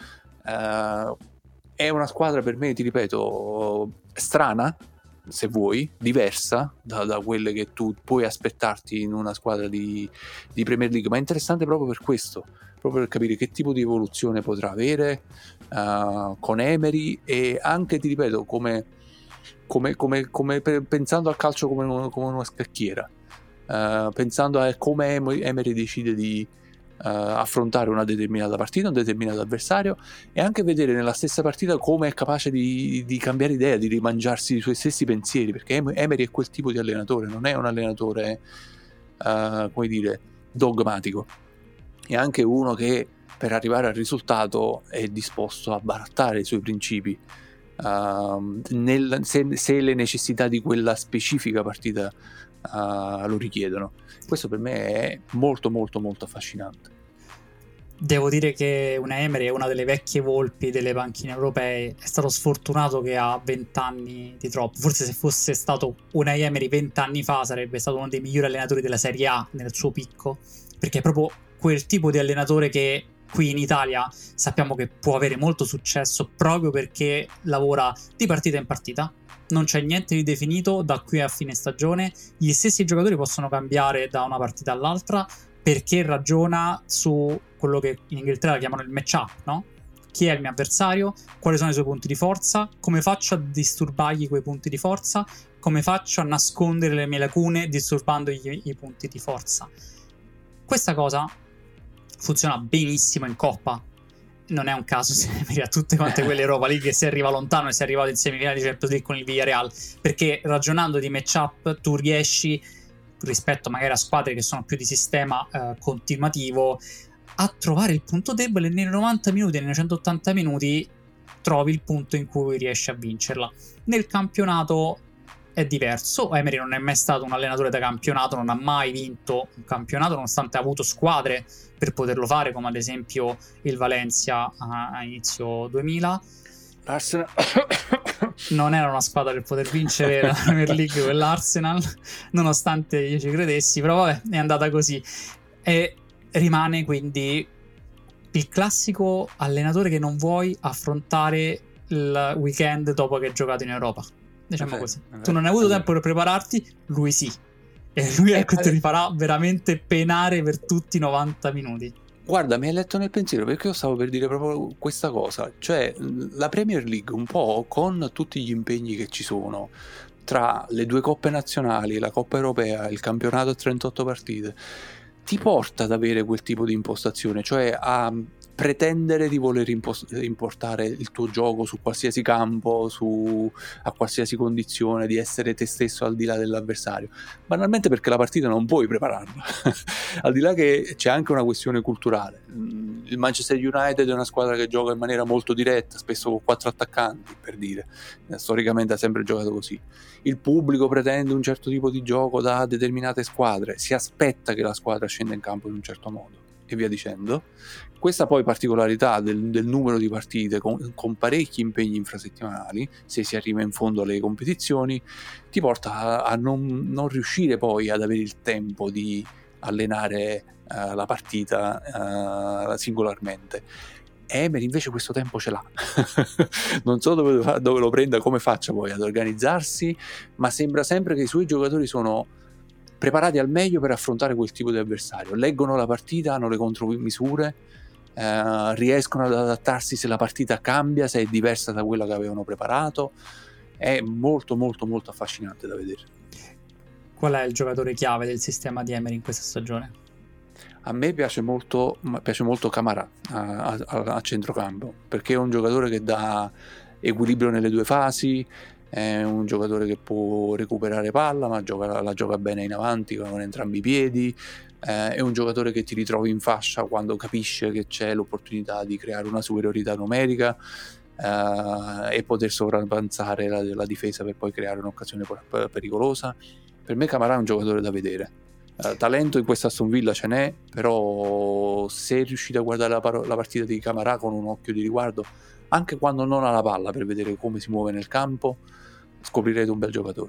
Uh, È una squadra per me, ti ripeto, strana, se vuoi, diversa da, da quelle che tu puoi aspettarti in una squadra di, di Premier League, ma interessante proprio per questo, proprio per capire che tipo di evoluzione potrà avere uh, con Emery, e anche, ti ripeto, come, come, come, come per, pensando al calcio come, un, come una scacchiera, uh, pensando a come Emery decide di Uh, affrontare una determinata partita, un determinato avversario, e anche vedere nella stessa partita come è capace di, di cambiare idea, di rimangiarsi i suoi stessi pensieri, perché Emery è quel tipo di allenatore, non è un allenatore uh, come dire, dogmatico, è anche uno che per arrivare al risultato è disposto a barattare i suoi principi uh, nel, se, se le necessità di quella specifica partita uh, lo richiedono. Questo per me è molto molto molto affascinante. Devo dire che una Emery è una delle vecchie volpi delle panchine europee. È stato sfortunato che ha vent'anni di troppo. Forse se fosse stato una Emery vent'anni fa sarebbe stato uno dei migliori allenatori della Serie A nel suo picco, perché è proprio quel tipo di allenatore che qui in Italia sappiamo che può avere molto successo proprio perché lavora di partita in partita. Non c'è niente di definito da qui a fine stagione, gli stessi giocatori possono cambiare da una partita all'altra perché ragiona su quello che in Inghilterra chiamano il match-up, no? Chi è il mio avversario, quali sono i suoi punti di forza, come faccio a disturbargli quei punti di forza, come faccio a nascondere le mie lacune disturbandogli i punti di forza. Questa cosa funziona benissimo in Coppa. Non è un caso se vedi a tutte quante quelle Europa League che si arriva lontano e si è arrivato in semifinale di Champions League con il Villarreal, perché ragionando di match-up tu riesci, rispetto magari a squadre che sono più di sistema eh, continuativo, a trovare il punto debole. Nei novanta minuti, nei centottanta minuti trovi il punto in cui riesci a vincerla. Nel campionato è diverso. Emery non è mai stato un allenatore da campionato, non ha mai vinto un campionato, nonostante ha avuto squadre per poterlo fare, come ad esempio il Valencia a, a inizio duemila. L'Arsenal non era una squadra per poter vincere la Premier League, quell'Arsenal, nonostante io ci credessi, però vabbè, è andata così. E rimane quindi il classico allenatore che non vuoi affrontare il weekend dopo che hai giocato in Europa, diciamo vero, così. Tu non hai avuto tempo per prepararti, lui sì, e lui ecco ti rifarà veramente penare per tutti i novanta minuti. Guarda, mi hai letto nel pensiero, perché io stavo per dire proprio questa cosa. Cioè, la Premier League, un po' con tutti gli impegni che ci sono tra le due coppe nazionali, la Coppa Europea, il campionato a trentotto partite, ti porta ad avere quel tipo di impostazione, cioè a pretendere di voler impost- importare il tuo gioco su qualsiasi campo, su, a qualsiasi condizione, di essere te stesso al di là dell'avversario, banalmente perché la partita non puoi prepararla. Al di là che c'è anche una questione culturale. Il Manchester United è una squadra che gioca in maniera molto diretta, spesso con quattro attaccanti, per dire, storicamente ha sempre giocato così. Il pubblico pretende un certo tipo di gioco da determinate squadre, si aspetta che la squadra scenda in campo in un certo modo e via dicendo. Questa poi particolarità del, del numero di partite con, con parecchi impegni infrasettimanali, se si arriva in fondo alle competizioni, ti porta a, a non, non riuscire poi ad avere il tempo di allenare uh, la partita uh, singolarmente. Emery invece questo tempo ce l'ha. Non so dove, dove lo prenda, come faccia poi ad organizzarsi, ma sembra sempre che i suoi giocatori sono preparati al meglio per affrontare quel tipo di avversario, leggono la partita, hanno le contromisure, eh, riescono ad adattarsi se la partita cambia, se è diversa da quella che avevano preparato. È molto molto molto affascinante da vedere. Qual è il giocatore chiave del sistema di Emery in questa stagione? A me piace molto, piace molto Camarà a, a, a centrocampo, perché è un giocatore che dà equilibrio nelle due fasi, è un giocatore che può recuperare palla ma gioca, la gioca bene in avanti con entrambi i piedi, eh, è un giocatore che ti ritrovi in fascia quando capisce che c'è l'opportunità di creare una superiorità numerica eh, e poter sovrappassare la, la difesa per poi creare un'occasione pericolosa. Per me Camarà è un giocatore da vedere. Uh, talento in questa Aston Villa ce n'è, però se riuscite a guardare la, par- la partita di Camarà con un occhio di riguardo, anche quando non ha la palla, per vedere come si muove nel campo, scoprirete un bel giocatore.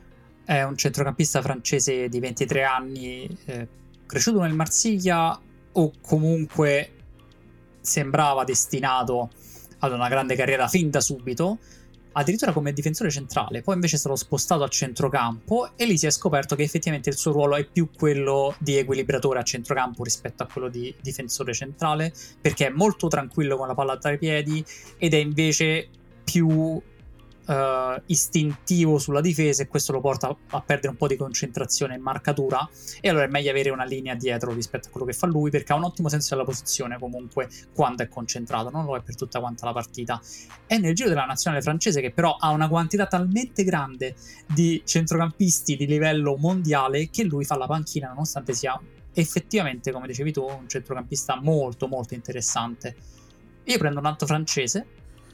È un centrocampista francese di ventitré anni, eh, cresciuto nel Marsiglia, o comunque sembrava destinato ad una grande carriera fin da subito, addirittura come difensore centrale. Poi invece è stato spostato a centrocampo e lì si è scoperto che effettivamente il suo ruolo è più quello di equilibratore a centrocampo rispetto a quello di difensore centrale, perché è molto tranquillo con la palla tra i piedi ed è invece più Uh, istintivo sulla difesa, e questo lo porta a perdere un po' di concentrazione e marcatura, e allora è meglio avere una linea dietro rispetto a quello che fa lui, perché ha un ottimo senso della posizione comunque quando è concentrato, non lo è per tutta quanta la partita. È nel giro della nazionale francese, che però ha una quantità talmente grande di centrocampisti di livello mondiale che lui fa la panchina nonostante sia effettivamente, come dicevi tu, un centrocampista molto molto interessante. Io prendo un altro francese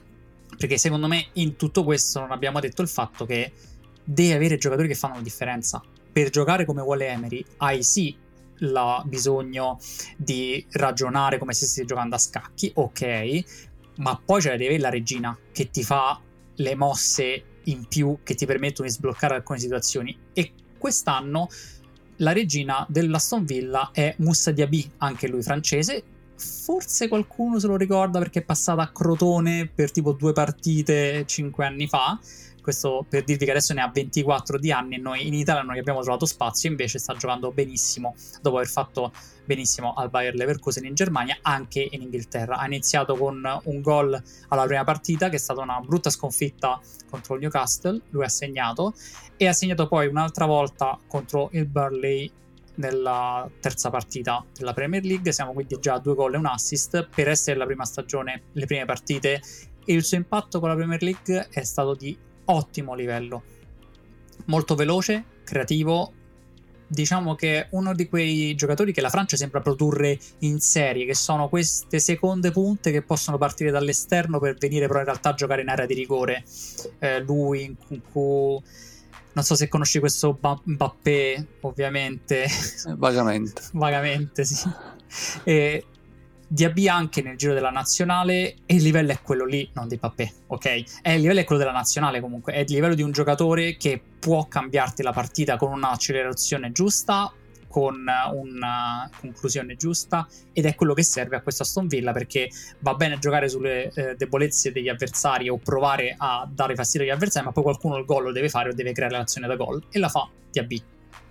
perché secondo me in tutto questo non abbiamo detto il fatto che devi avere giocatori che fanno la differenza. Per giocare come vuole Emery hai sì la bisogno di ragionare come se stessi giocando a scacchi, ok, ma poi ce la devi avere la regina che ti fa le mosse in più che ti permettono di sbloccare alcune situazioni, e quest'anno la regina dell'Aston Villa è Moussa Diaby, anche lui francese. Forse qualcuno se lo ricorda perché è passata a Crotone per tipo due partite cinque anni fa. Questo per dirvi che adesso ne ha ventiquattro di anni e noi in Italia non gli abbiamo trovato spazio, invece sta giocando benissimo dopo aver fatto benissimo al Bayer Leverkusen in Germania, anche in Inghilterra. Ha iniziato con un gol alla prima partita, che è stata una brutta sconfitta contro il Newcastle, lui ha segnato, e ha segnato poi un'altra volta contro il Burnley nella terza partita della Premier League. Siamo quindi già a due gol e un assist per essere la prima stagione, le prime partite, e il suo impatto con la Premier League è stato di ottimo livello, molto veloce, creativo, diciamo che è uno di quei giocatori che la Francia sembra produrre in serie, che sono queste seconde punte che possono partire dall'esterno per venire però in realtà a giocare in area di rigore. Eh, lui, Nkunku, non so se conosci questo Mbappé, ovviamente. Vagamente. Vagamente, sì. E Diaby anche nel giro della nazionale, e il livello è quello lì, non di Mbappé, ok? È il livello è quello della nazionale comunque, è il livello di un giocatore che può cambiarti la partita con un'accelerazione giusta, con una conclusione giusta, ed è quello che serve a questa Aston Villa, perché va bene giocare sulle eh, debolezze degli avversari o provare a dare fastidio agli avversari, ma poi qualcuno il gol lo deve fare o deve creare l'azione da gol, e la fa Diaby.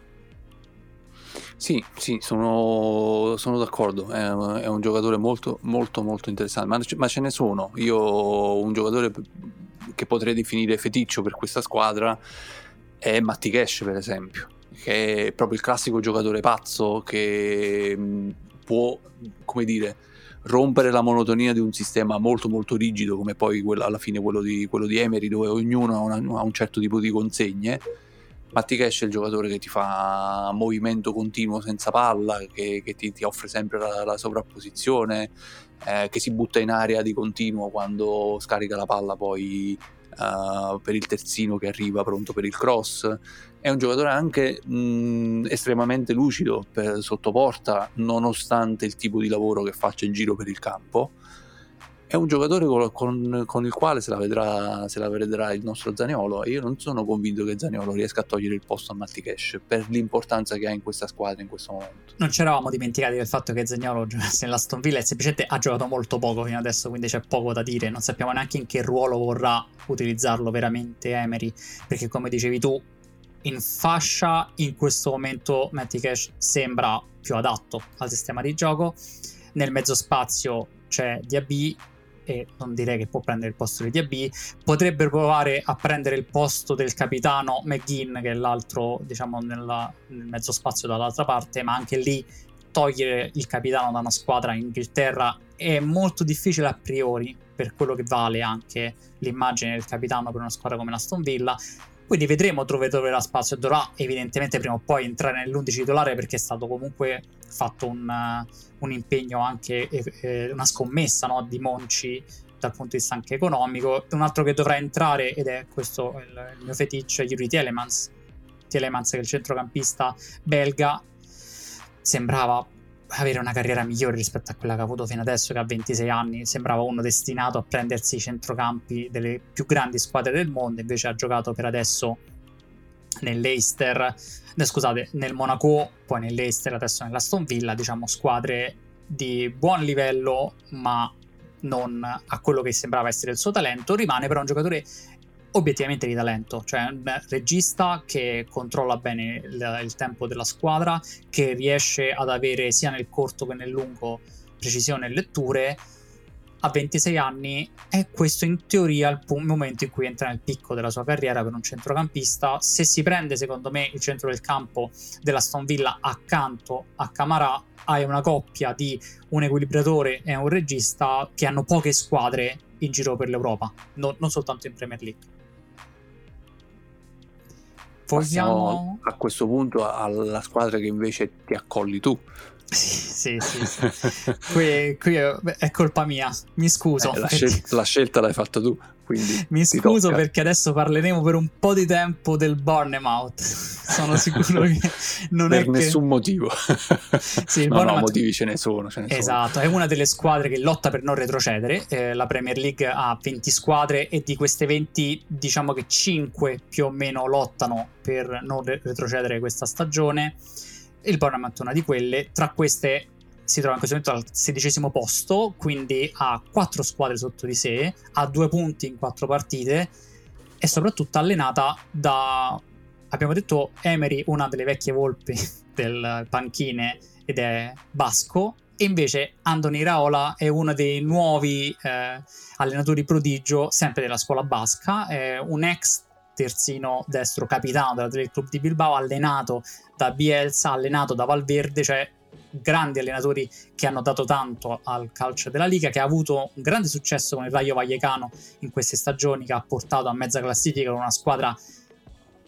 Sì, sì, sono, sono d'accordo, è, è un giocatore molto molto molto interessante, ma, ma ce ne sono. Io un giocatore che potrei definire feticcio per questa squadra è Matty Cash, per esempio, che è proprio il classico giocatore pazzo che può, come dire, rompere la monotonia di un sistema molto molto rigido come poi quello, alla fine quello di, quello di Emery, dove ognuno ha, una, ha un certo tipo di consegne. Matty Cash è il giocatore che ti fa movimento continuo senza palla, che, che ti, ti offre sempre la, la sovrapposizione, eh, che si butta in aria di continuo quando scarica la palla poi uh, per il terzino che arriva pronto per il cross. È un giocatore anche mh, estremamente lucido per sottoporta, nonostante il tipo di lavoro che faccia in giro per il campo. È un giocatore con, con, con il quale se la, vedrà, se la vedrà il nostro Zaniolo, e io non sono convinto che Zaniolo riesca a togliere il posto a Matty Cash per l'importanza che ha in questa squadra in questo momento. Non ci eravamo dimenticati del fatto che Zaniolo giocasse nell'Aston Villa, e semplicemente ha giocato molto poco fino adesso, quindi c'è poco da dire. Non sappiamo neanche in che ruolo vorrà utilizzarlo veramente Emery, perché come dicevi tu, in fascia in questo momento Matty Cash sembra più adatto al sistema di gioco. Nel mezzo spazio c'è Diaby, e non direi che può prendere il posto di Diaby. Potrebbe provare a prendere il posto del capitano McGinn, che è l'altro, diciamo, nella, nel mezzo spazio dall'altra parte, ma anche lì togliere il capitano da una squadra in Inghilterra è molto difficile a priori, per quello che vale anche l'immagine del capitano per una squadra come l'Aston Villa. Quindi vedremo dove troverà spazio, e dovrà evidentemente prima o poi entrare nell'undici titolare, perché è stato comunque fatto un, uh, un impegno anche, eh, una scommessa, no, di Monchi dal punto di vista anche economico. Un altro che dovrà entrare, ed è questo il, il mio feticcio, è Yuri Tielemans. Tielemans, che è il centrocampista belga, sembrava avere una carriera migliore rispetto a quella che ha avuto fino adesso, che ha ventisei anni. Sembrava uno destinato a prendersi i centrocampi delle più grandi squadre del mondo, invece ha giocato per adesso nell'Leicester, no, scusate, nel Monaco, poi nell'Leicester, adesso nell'Aston Villa, diciamo squadre di buon livello ma non a quello che sembrava essere il suo talento. Rimane però un giocatore obiettivamente di talento, cioè un regista che controlla bene il, il tempo della squadra, che riesce ad avere sia nel corto che nel lungo precisione e letture. A ventisei anni è questo in teoria il pu- momento in cui entra nel picco della sua carriera per un centrocampista. Se si prende, secondo me, il centro del campo dell'Aston Villa accanto a Camarà, hai una coppia di un equilibratore e un regista che hanno poche squadre in giro per l'Europa, no, non soltanto in Premier League. Passiamo a questo punto alla squadra che invece ti accolli tu. Sì, sì, sì, sì. qui, qui è colpa mia, mi scuso. Eh, la, scel- la scelta l'hai fatta tu, quindi mi scuso tocca. Perché adesso parleremo per un po' di tempo del Bournemouth. Sono sicuro che non per è nessun che... motivo. Sì, il no, Bournemouth... no, motivi ce ne sono, ce ne esatto, sono. È una delle squadre che lotta per non retrocedere. Eh, la Premier League ha venti squadre e di queste venti, diciamo che cinque più o meno lottano per non re- retrocedere questa stagione. Il Bournemouth è una di quelle. Tra queste si trova in questo momento al sedicesimo posto, quindi ha quattro squadre sotto di sé, ha due punti in quattro partite, e soprattutto allenata da, abbiamo detto, Emery, una delle vecchie volpi del panchine, ed è basco, e invece Andoni Iraola è uno dei nuovi eh, allenatori prodigio, sempre della scuola basca, è un ex terzino destro capitano del Club di Bilbao, allenato da Bielsa, allenato da Valverde, cioè grandi allenatori che hanno dato tanto al calcio della Liga, che ha avuto un grande successo con il Rayo Vallecano in queste stagioni, che ha portato a mezza classifica con una squadra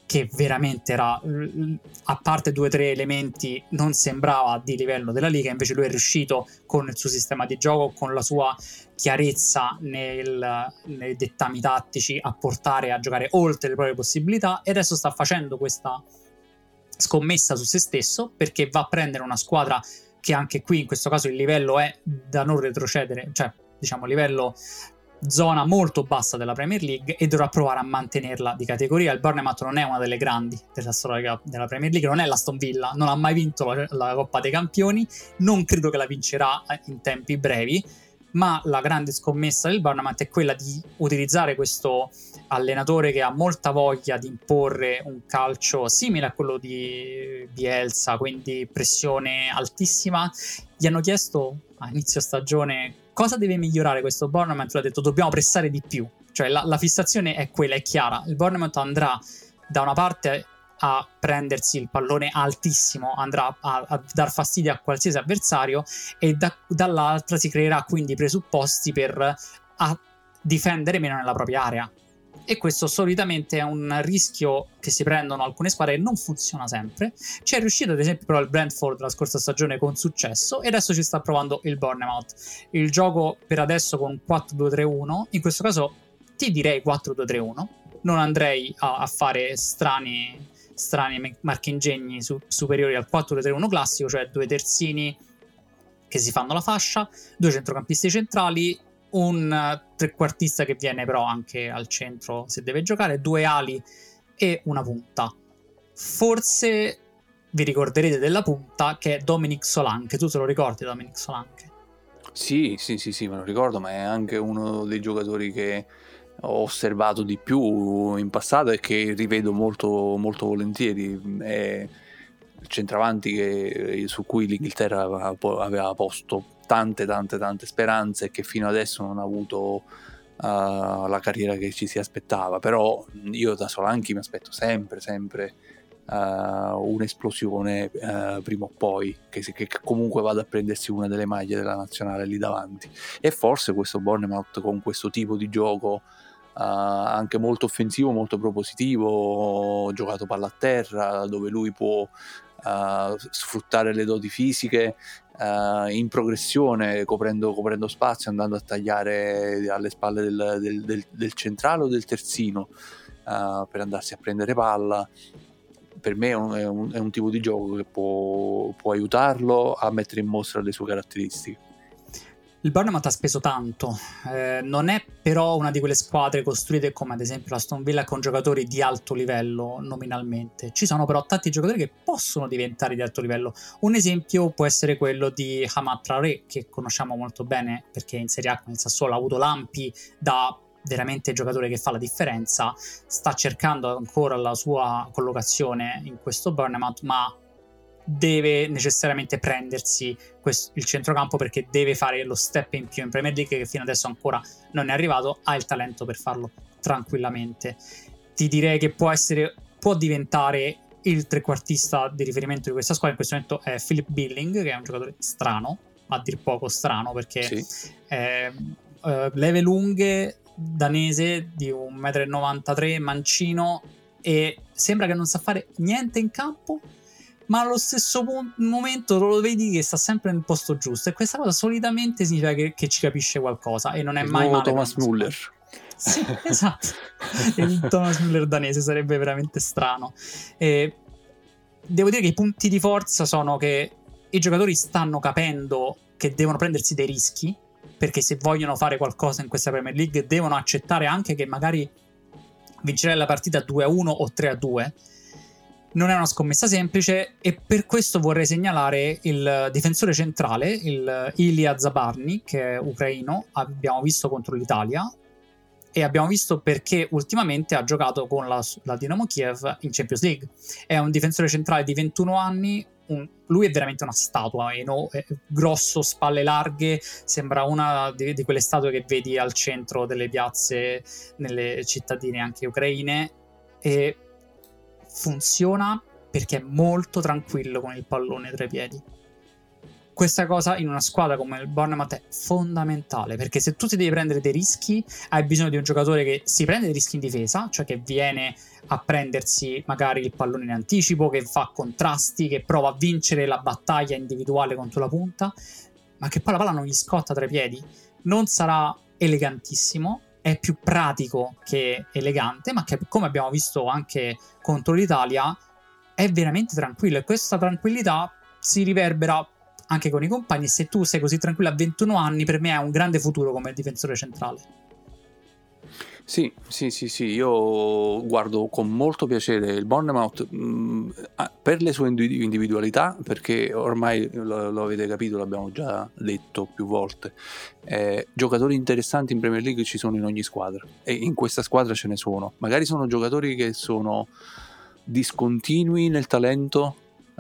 che veramente era, a parte due o tre elementi, non sembrava di livello della Liga. Invece lui è riuscito con il suo sistema di gioco, con la sua chiarezza nel, nei dettami tattici, a portare a giocare oltre le proprie possibilità, e adesso sta facendo questa scommessa su se stesso, perché va a prendere una squadra che anche qui in questo caso il livello è da non retrocedere, cioè diciamo livello zona molto bassa della Premier League, e dovrà provare a mantenerla di categoria. Il Bournemouth non è una delle grandi della storia della Premier League, non è l'Aston Villa, non ha mai vinto la, la Coppa dei Campioni, non credo che la vincerà in tempi brevi, ma la grande scommessa del Bournemouth è quella di utilizzare questo allenatore che ha molta voglia di imporre un calcio simile a quello di Bielsa, quindi pressione altissima. Gli hanno chiesto a inizio stagione cosa deve migliorare questo Bournemouth, lui ha detto dobbiamo pressare di più, cioè la, la fissazione è quella, è chiara. Il Bournemouth andrà da una parte a prendersi il pallone altissimo, andrà a, a dar fastidio a qualsiasi avversario, e da, dall'altra si creerà quindi i presupposti per a difendere meno nella propria area, e questo solitamente è un rischio che si prendono alcune squadre e non funziona sempre. Ci è riuscito ad esempio però il Brentford la scorsa stagione con successo, e adesso ci sta provando il Bournemouth. Il gioco per adesso con quattro due tre uno, in questo caso ti direi quattro due tre uno, non andrei a, a fare strani strani marchingegni su, superiori al quattro due tre uno classico, cioè due terzini che si fanno la fascia, due centrocampisti centrali, un trequartista che viene però anche al centro se deve giocare, due ali e una punta. Forse vi ricorderete della punta, che è Dominic Solanke. Tu te lo ricordi Dominic Solanke? Sì, sì, sì, sì, me lo ricordo, ma è anche uno dei giocatori che ho osservato di più in passato e che rivedo molto, molto volentieri. È il centravanti che, su cui l'Inghilterra aveva, aveva posto tante tante tante speranze e che fino adesso non ha avuto uh, la carriera che ci si aspettava. Però io da Solanke mi aspetto sempre sempre uh, un'esplosione uh, prima o poi, che, che comunque vada a prendersi una delle maglie della nazionale lì davanti. E forse questo Bournemouth, con questo tipo di gioco Uh, anche molto offensivo, molto propositivo, giocato palla a terra, dove lui può uh, sfruttare le doti fisiche uh, in progressione, coprendo, coprendo spazio, andando a tagliare alle spalle del, del, del, del centrale o del terzino uh, per andarsi a prendere palla. Per me è un, è, un, è un tipo di gioco che può, può aiutarlo a mettere in mostra le sue caratteristiche. Il Bournemouth ha speso tanto, eh, non è però una di quelle squadre costruite come ad esempio l'Aston Villa con giocatori di alto livello nominalmente. Ci sono però tanti giocatori che possono diventare di alto livello. Un esempio può essere quello di Hamad Traoré, che conosciamo molto bene perché in Serie A con il Sassuolo ha avuto lampi da veramente giocatore che fa la differenza. Sta cercando ancora la sua collocazione in questo Bournemouth, ma deve necessariamente prendersi questo, il centrocampo, perché deve fare lo step in più in Premier League, che fino adesso ancora non è arrivato. Ha il talento per farlo tranquillamente. Ti direi che può essere, può diventare il trequartista di riferimento di questa squadra. In questo momento è Philip Billing, che è un giocatore strano, a dir poco strano, perché sì. è uh, leve lunghe, danese, di un metro e novantatré, mancino, e sembra che non sa fare niente in campo, ma allo stesso momento lo vedi che sta sempre nel posto giusto, e questa cosa solitamente significa che, che ci capisce qualcosa, e non è il mai male. Thomas Müller. Sì, esatto. Il Thomas Müller danese sarebbe veramente strano. E devo dire che i punti di forza sono che i giocatori stanno capendo che devono prendersi dei rischi, perché se vogliono fare qualcosa in questa Premier League devono accettare anche che magari vincerai la partita due a uno o tre a due. Non è una scommessa semplice, e per questo vorrei segnalare il difensore centrale, il Ilya Zabarny, che è ucraino. Abbiamo visto contro l'Italia, e abbiamo visto perché ultimamente ha giocato con la, la Dinamo Kiev in Champions League. È un difensore centrale di ventuno anni, un, lui è veramente una statua, è, no, è grosso, spalle larghe, sembra una di, di quelle statue che vedi al centro delle piazze nelle cittadine anche ucraine, e funziona perché è molto tranquillo con il pallone tra i piedi. questa cosa in una squadra come il Bournemouth è fondamentale, perché se tu ti devi prendere dei rischi, hai bisogno di un giocatore che si prende dei rischi in difesa, cioè che viene a prendersi magari il pallone in anticipo, che fa contrasti, che prova a vincere la battaglia individuale contro la punta, ma che poi la palla non gli scotta tra i piedi. Non sarà elegantissimo, è più pratico che elegante, ma che, come abbiamo visto anche contro l'Italia, è veramente tranquillo, e questa tranquillità si riverbera anche con i compagni. Se tu sei così tranquillo a ventuno anni, per me è un grande futuro come difensore centrale. Sì, sì, sì, sì, io guardo con molto piacere il Bournemouth mh, per le sue individualità, perché ormai lo, lo avete capito, l'abbiamo già detto più volte, eh, giocatori interessanti in Premier League ci sono in ogni squadra, e in questa squadra ce ne sono. Magari sono giocatori che sono discontinui nel talento,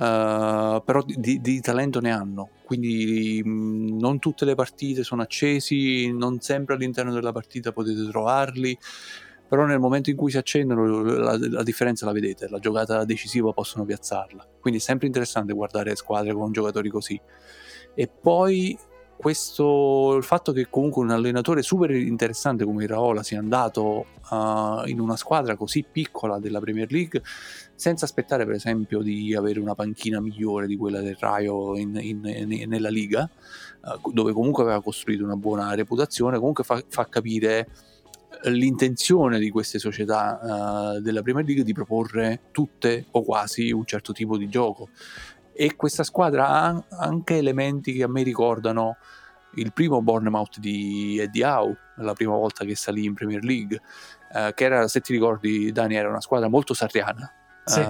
Uh, però di, di talento ne hanno, quindi mh, non tutte le partite sono accesi, non sempre all'interno della partita potete trovarli, però nel momento in cui si accendono la, la differenza la vedete, la giocata decisiva possono piazzarla, quindi è sempre interessante guardare squadre con giocatori così. E poi questo, il fatto che comunque un allenatore super interessante come Iraola sia andato uh, in una squadra così piccola della Premier League, senza aspettare per esempio di avere una panchina migliore di quella del Raio in, in, in, nella Liga, uh, dove comunque aveva costruito una buona reputazione, comunque fa, fa capire l'intenzione di queste società uh, della Premier League di proporre tutte o quasi un certo tipo di gioco. E questa squadra ha anche elementi che a me ricordano il primo Bournemouth di Eddie Howe, la prima volta che salì in Premier League, eh, che era, se ti ricordi Dani, era una squadra molto sarriana. Sì,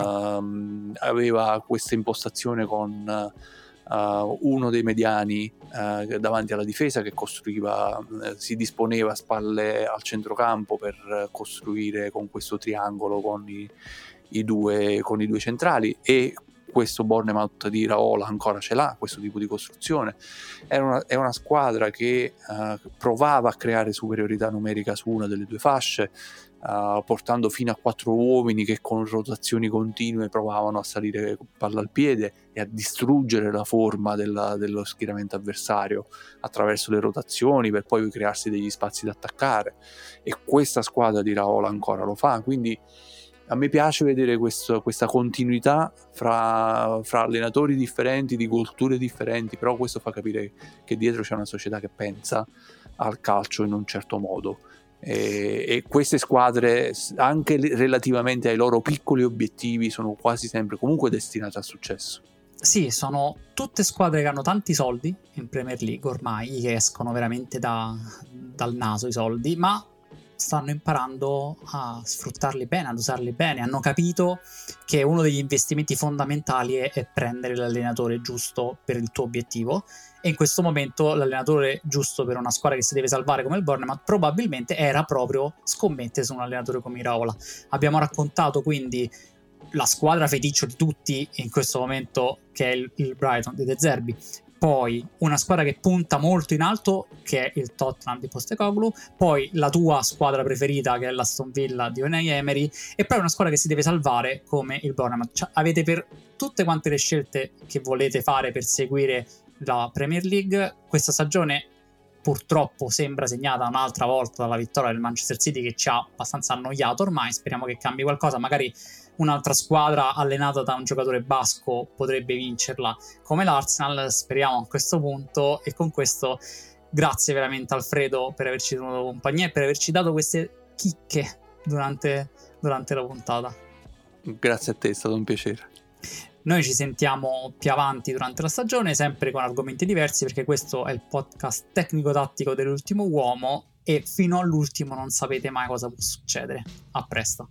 uh, aveva questa impostazione con uh, uno dei mediani uh, davanti alla difesa che costruiva, uh, si disponeva a spalle al centrocampo per costruire con questo triangolo con i, i, due, con i due centrali, e questo Bournemouth di Iraola ancora ce l'ha, questo tipo di costruzione. È una, è una squadra che uh, provava a creare superiorità numerica su una delle due fasce, uh, portando fino a quattro uomini che con rotazioni continue provavano a salire palla al piede e a distruggere la forma della, dello schieramento avversario attraverso le rotazioni, per poi crearsi degli spazi da attaccare, e questa squadra di Iraola ancora lo fa. Quindi a me piace vedere questo, questa continuità fra, fra allenatori differenti, di culture differenti, però questo fa capire che dietro c'è una società che pensa al calcio in un certo modo, e, e queste squadre, anche relativamente ai loro piccoli obiettivi, sono quasi sempre comunque destinate al successo. Sì, sono tutte squadre che hanno tanti soldi in Premier League ormai, che escono veramente da, dal naso i soldi, ma stanno imparando a sfruttarli bene, ad usarli bene. Hanno capito che uno degli investimenti fondamentali è, è prendere l'allenatore giusto per il tuo obiettivo, e in questo momento l'allenatore giusto per una squadra che si deve salvare come il Bournemouth probabilmente era proprio scommettere su un allenatore come Iraola. Abbiamo raccontato quindi la squadra feticcio di tutti in questo momento, che è il, il Brighton di De Zerbi, poi una squadra che punta molto in alto, che è il Tottenham di Postecoglou, poi la tua squadra preferita, che è l'Aston Villa di Unai Emery, e poi una squadra che si deve salvare come il Bournemouth. Cioè, avete per tutte quante le scelte che volete fare per seguire la Premier League. Questa stagione purtroppo sembra segnata un'altra volta dalla vittoria del Manchester City, che ci ha abbastanza annoiato ormai. Speriamo che cambi qualcosa, magari un'altra squadra allenata da un giocatore basco potrebbe vincerla come l'Arsenal, speriamo a questo punto. E con questo grazie veramente Alfredo per averci tenuto compagnia e per averci dato queste chicche durante, durante la puntata. Grazie a te, è stato un piacere. Noi ci sentiamo più avanti durante la stagione, sempre con argomenti diversi, perché questo è il podcast tecnico-tattico dell'Ultimo Uomo, e fino all'ultimo non sapete mai cosa può succedere. A presto.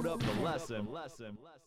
the lesson.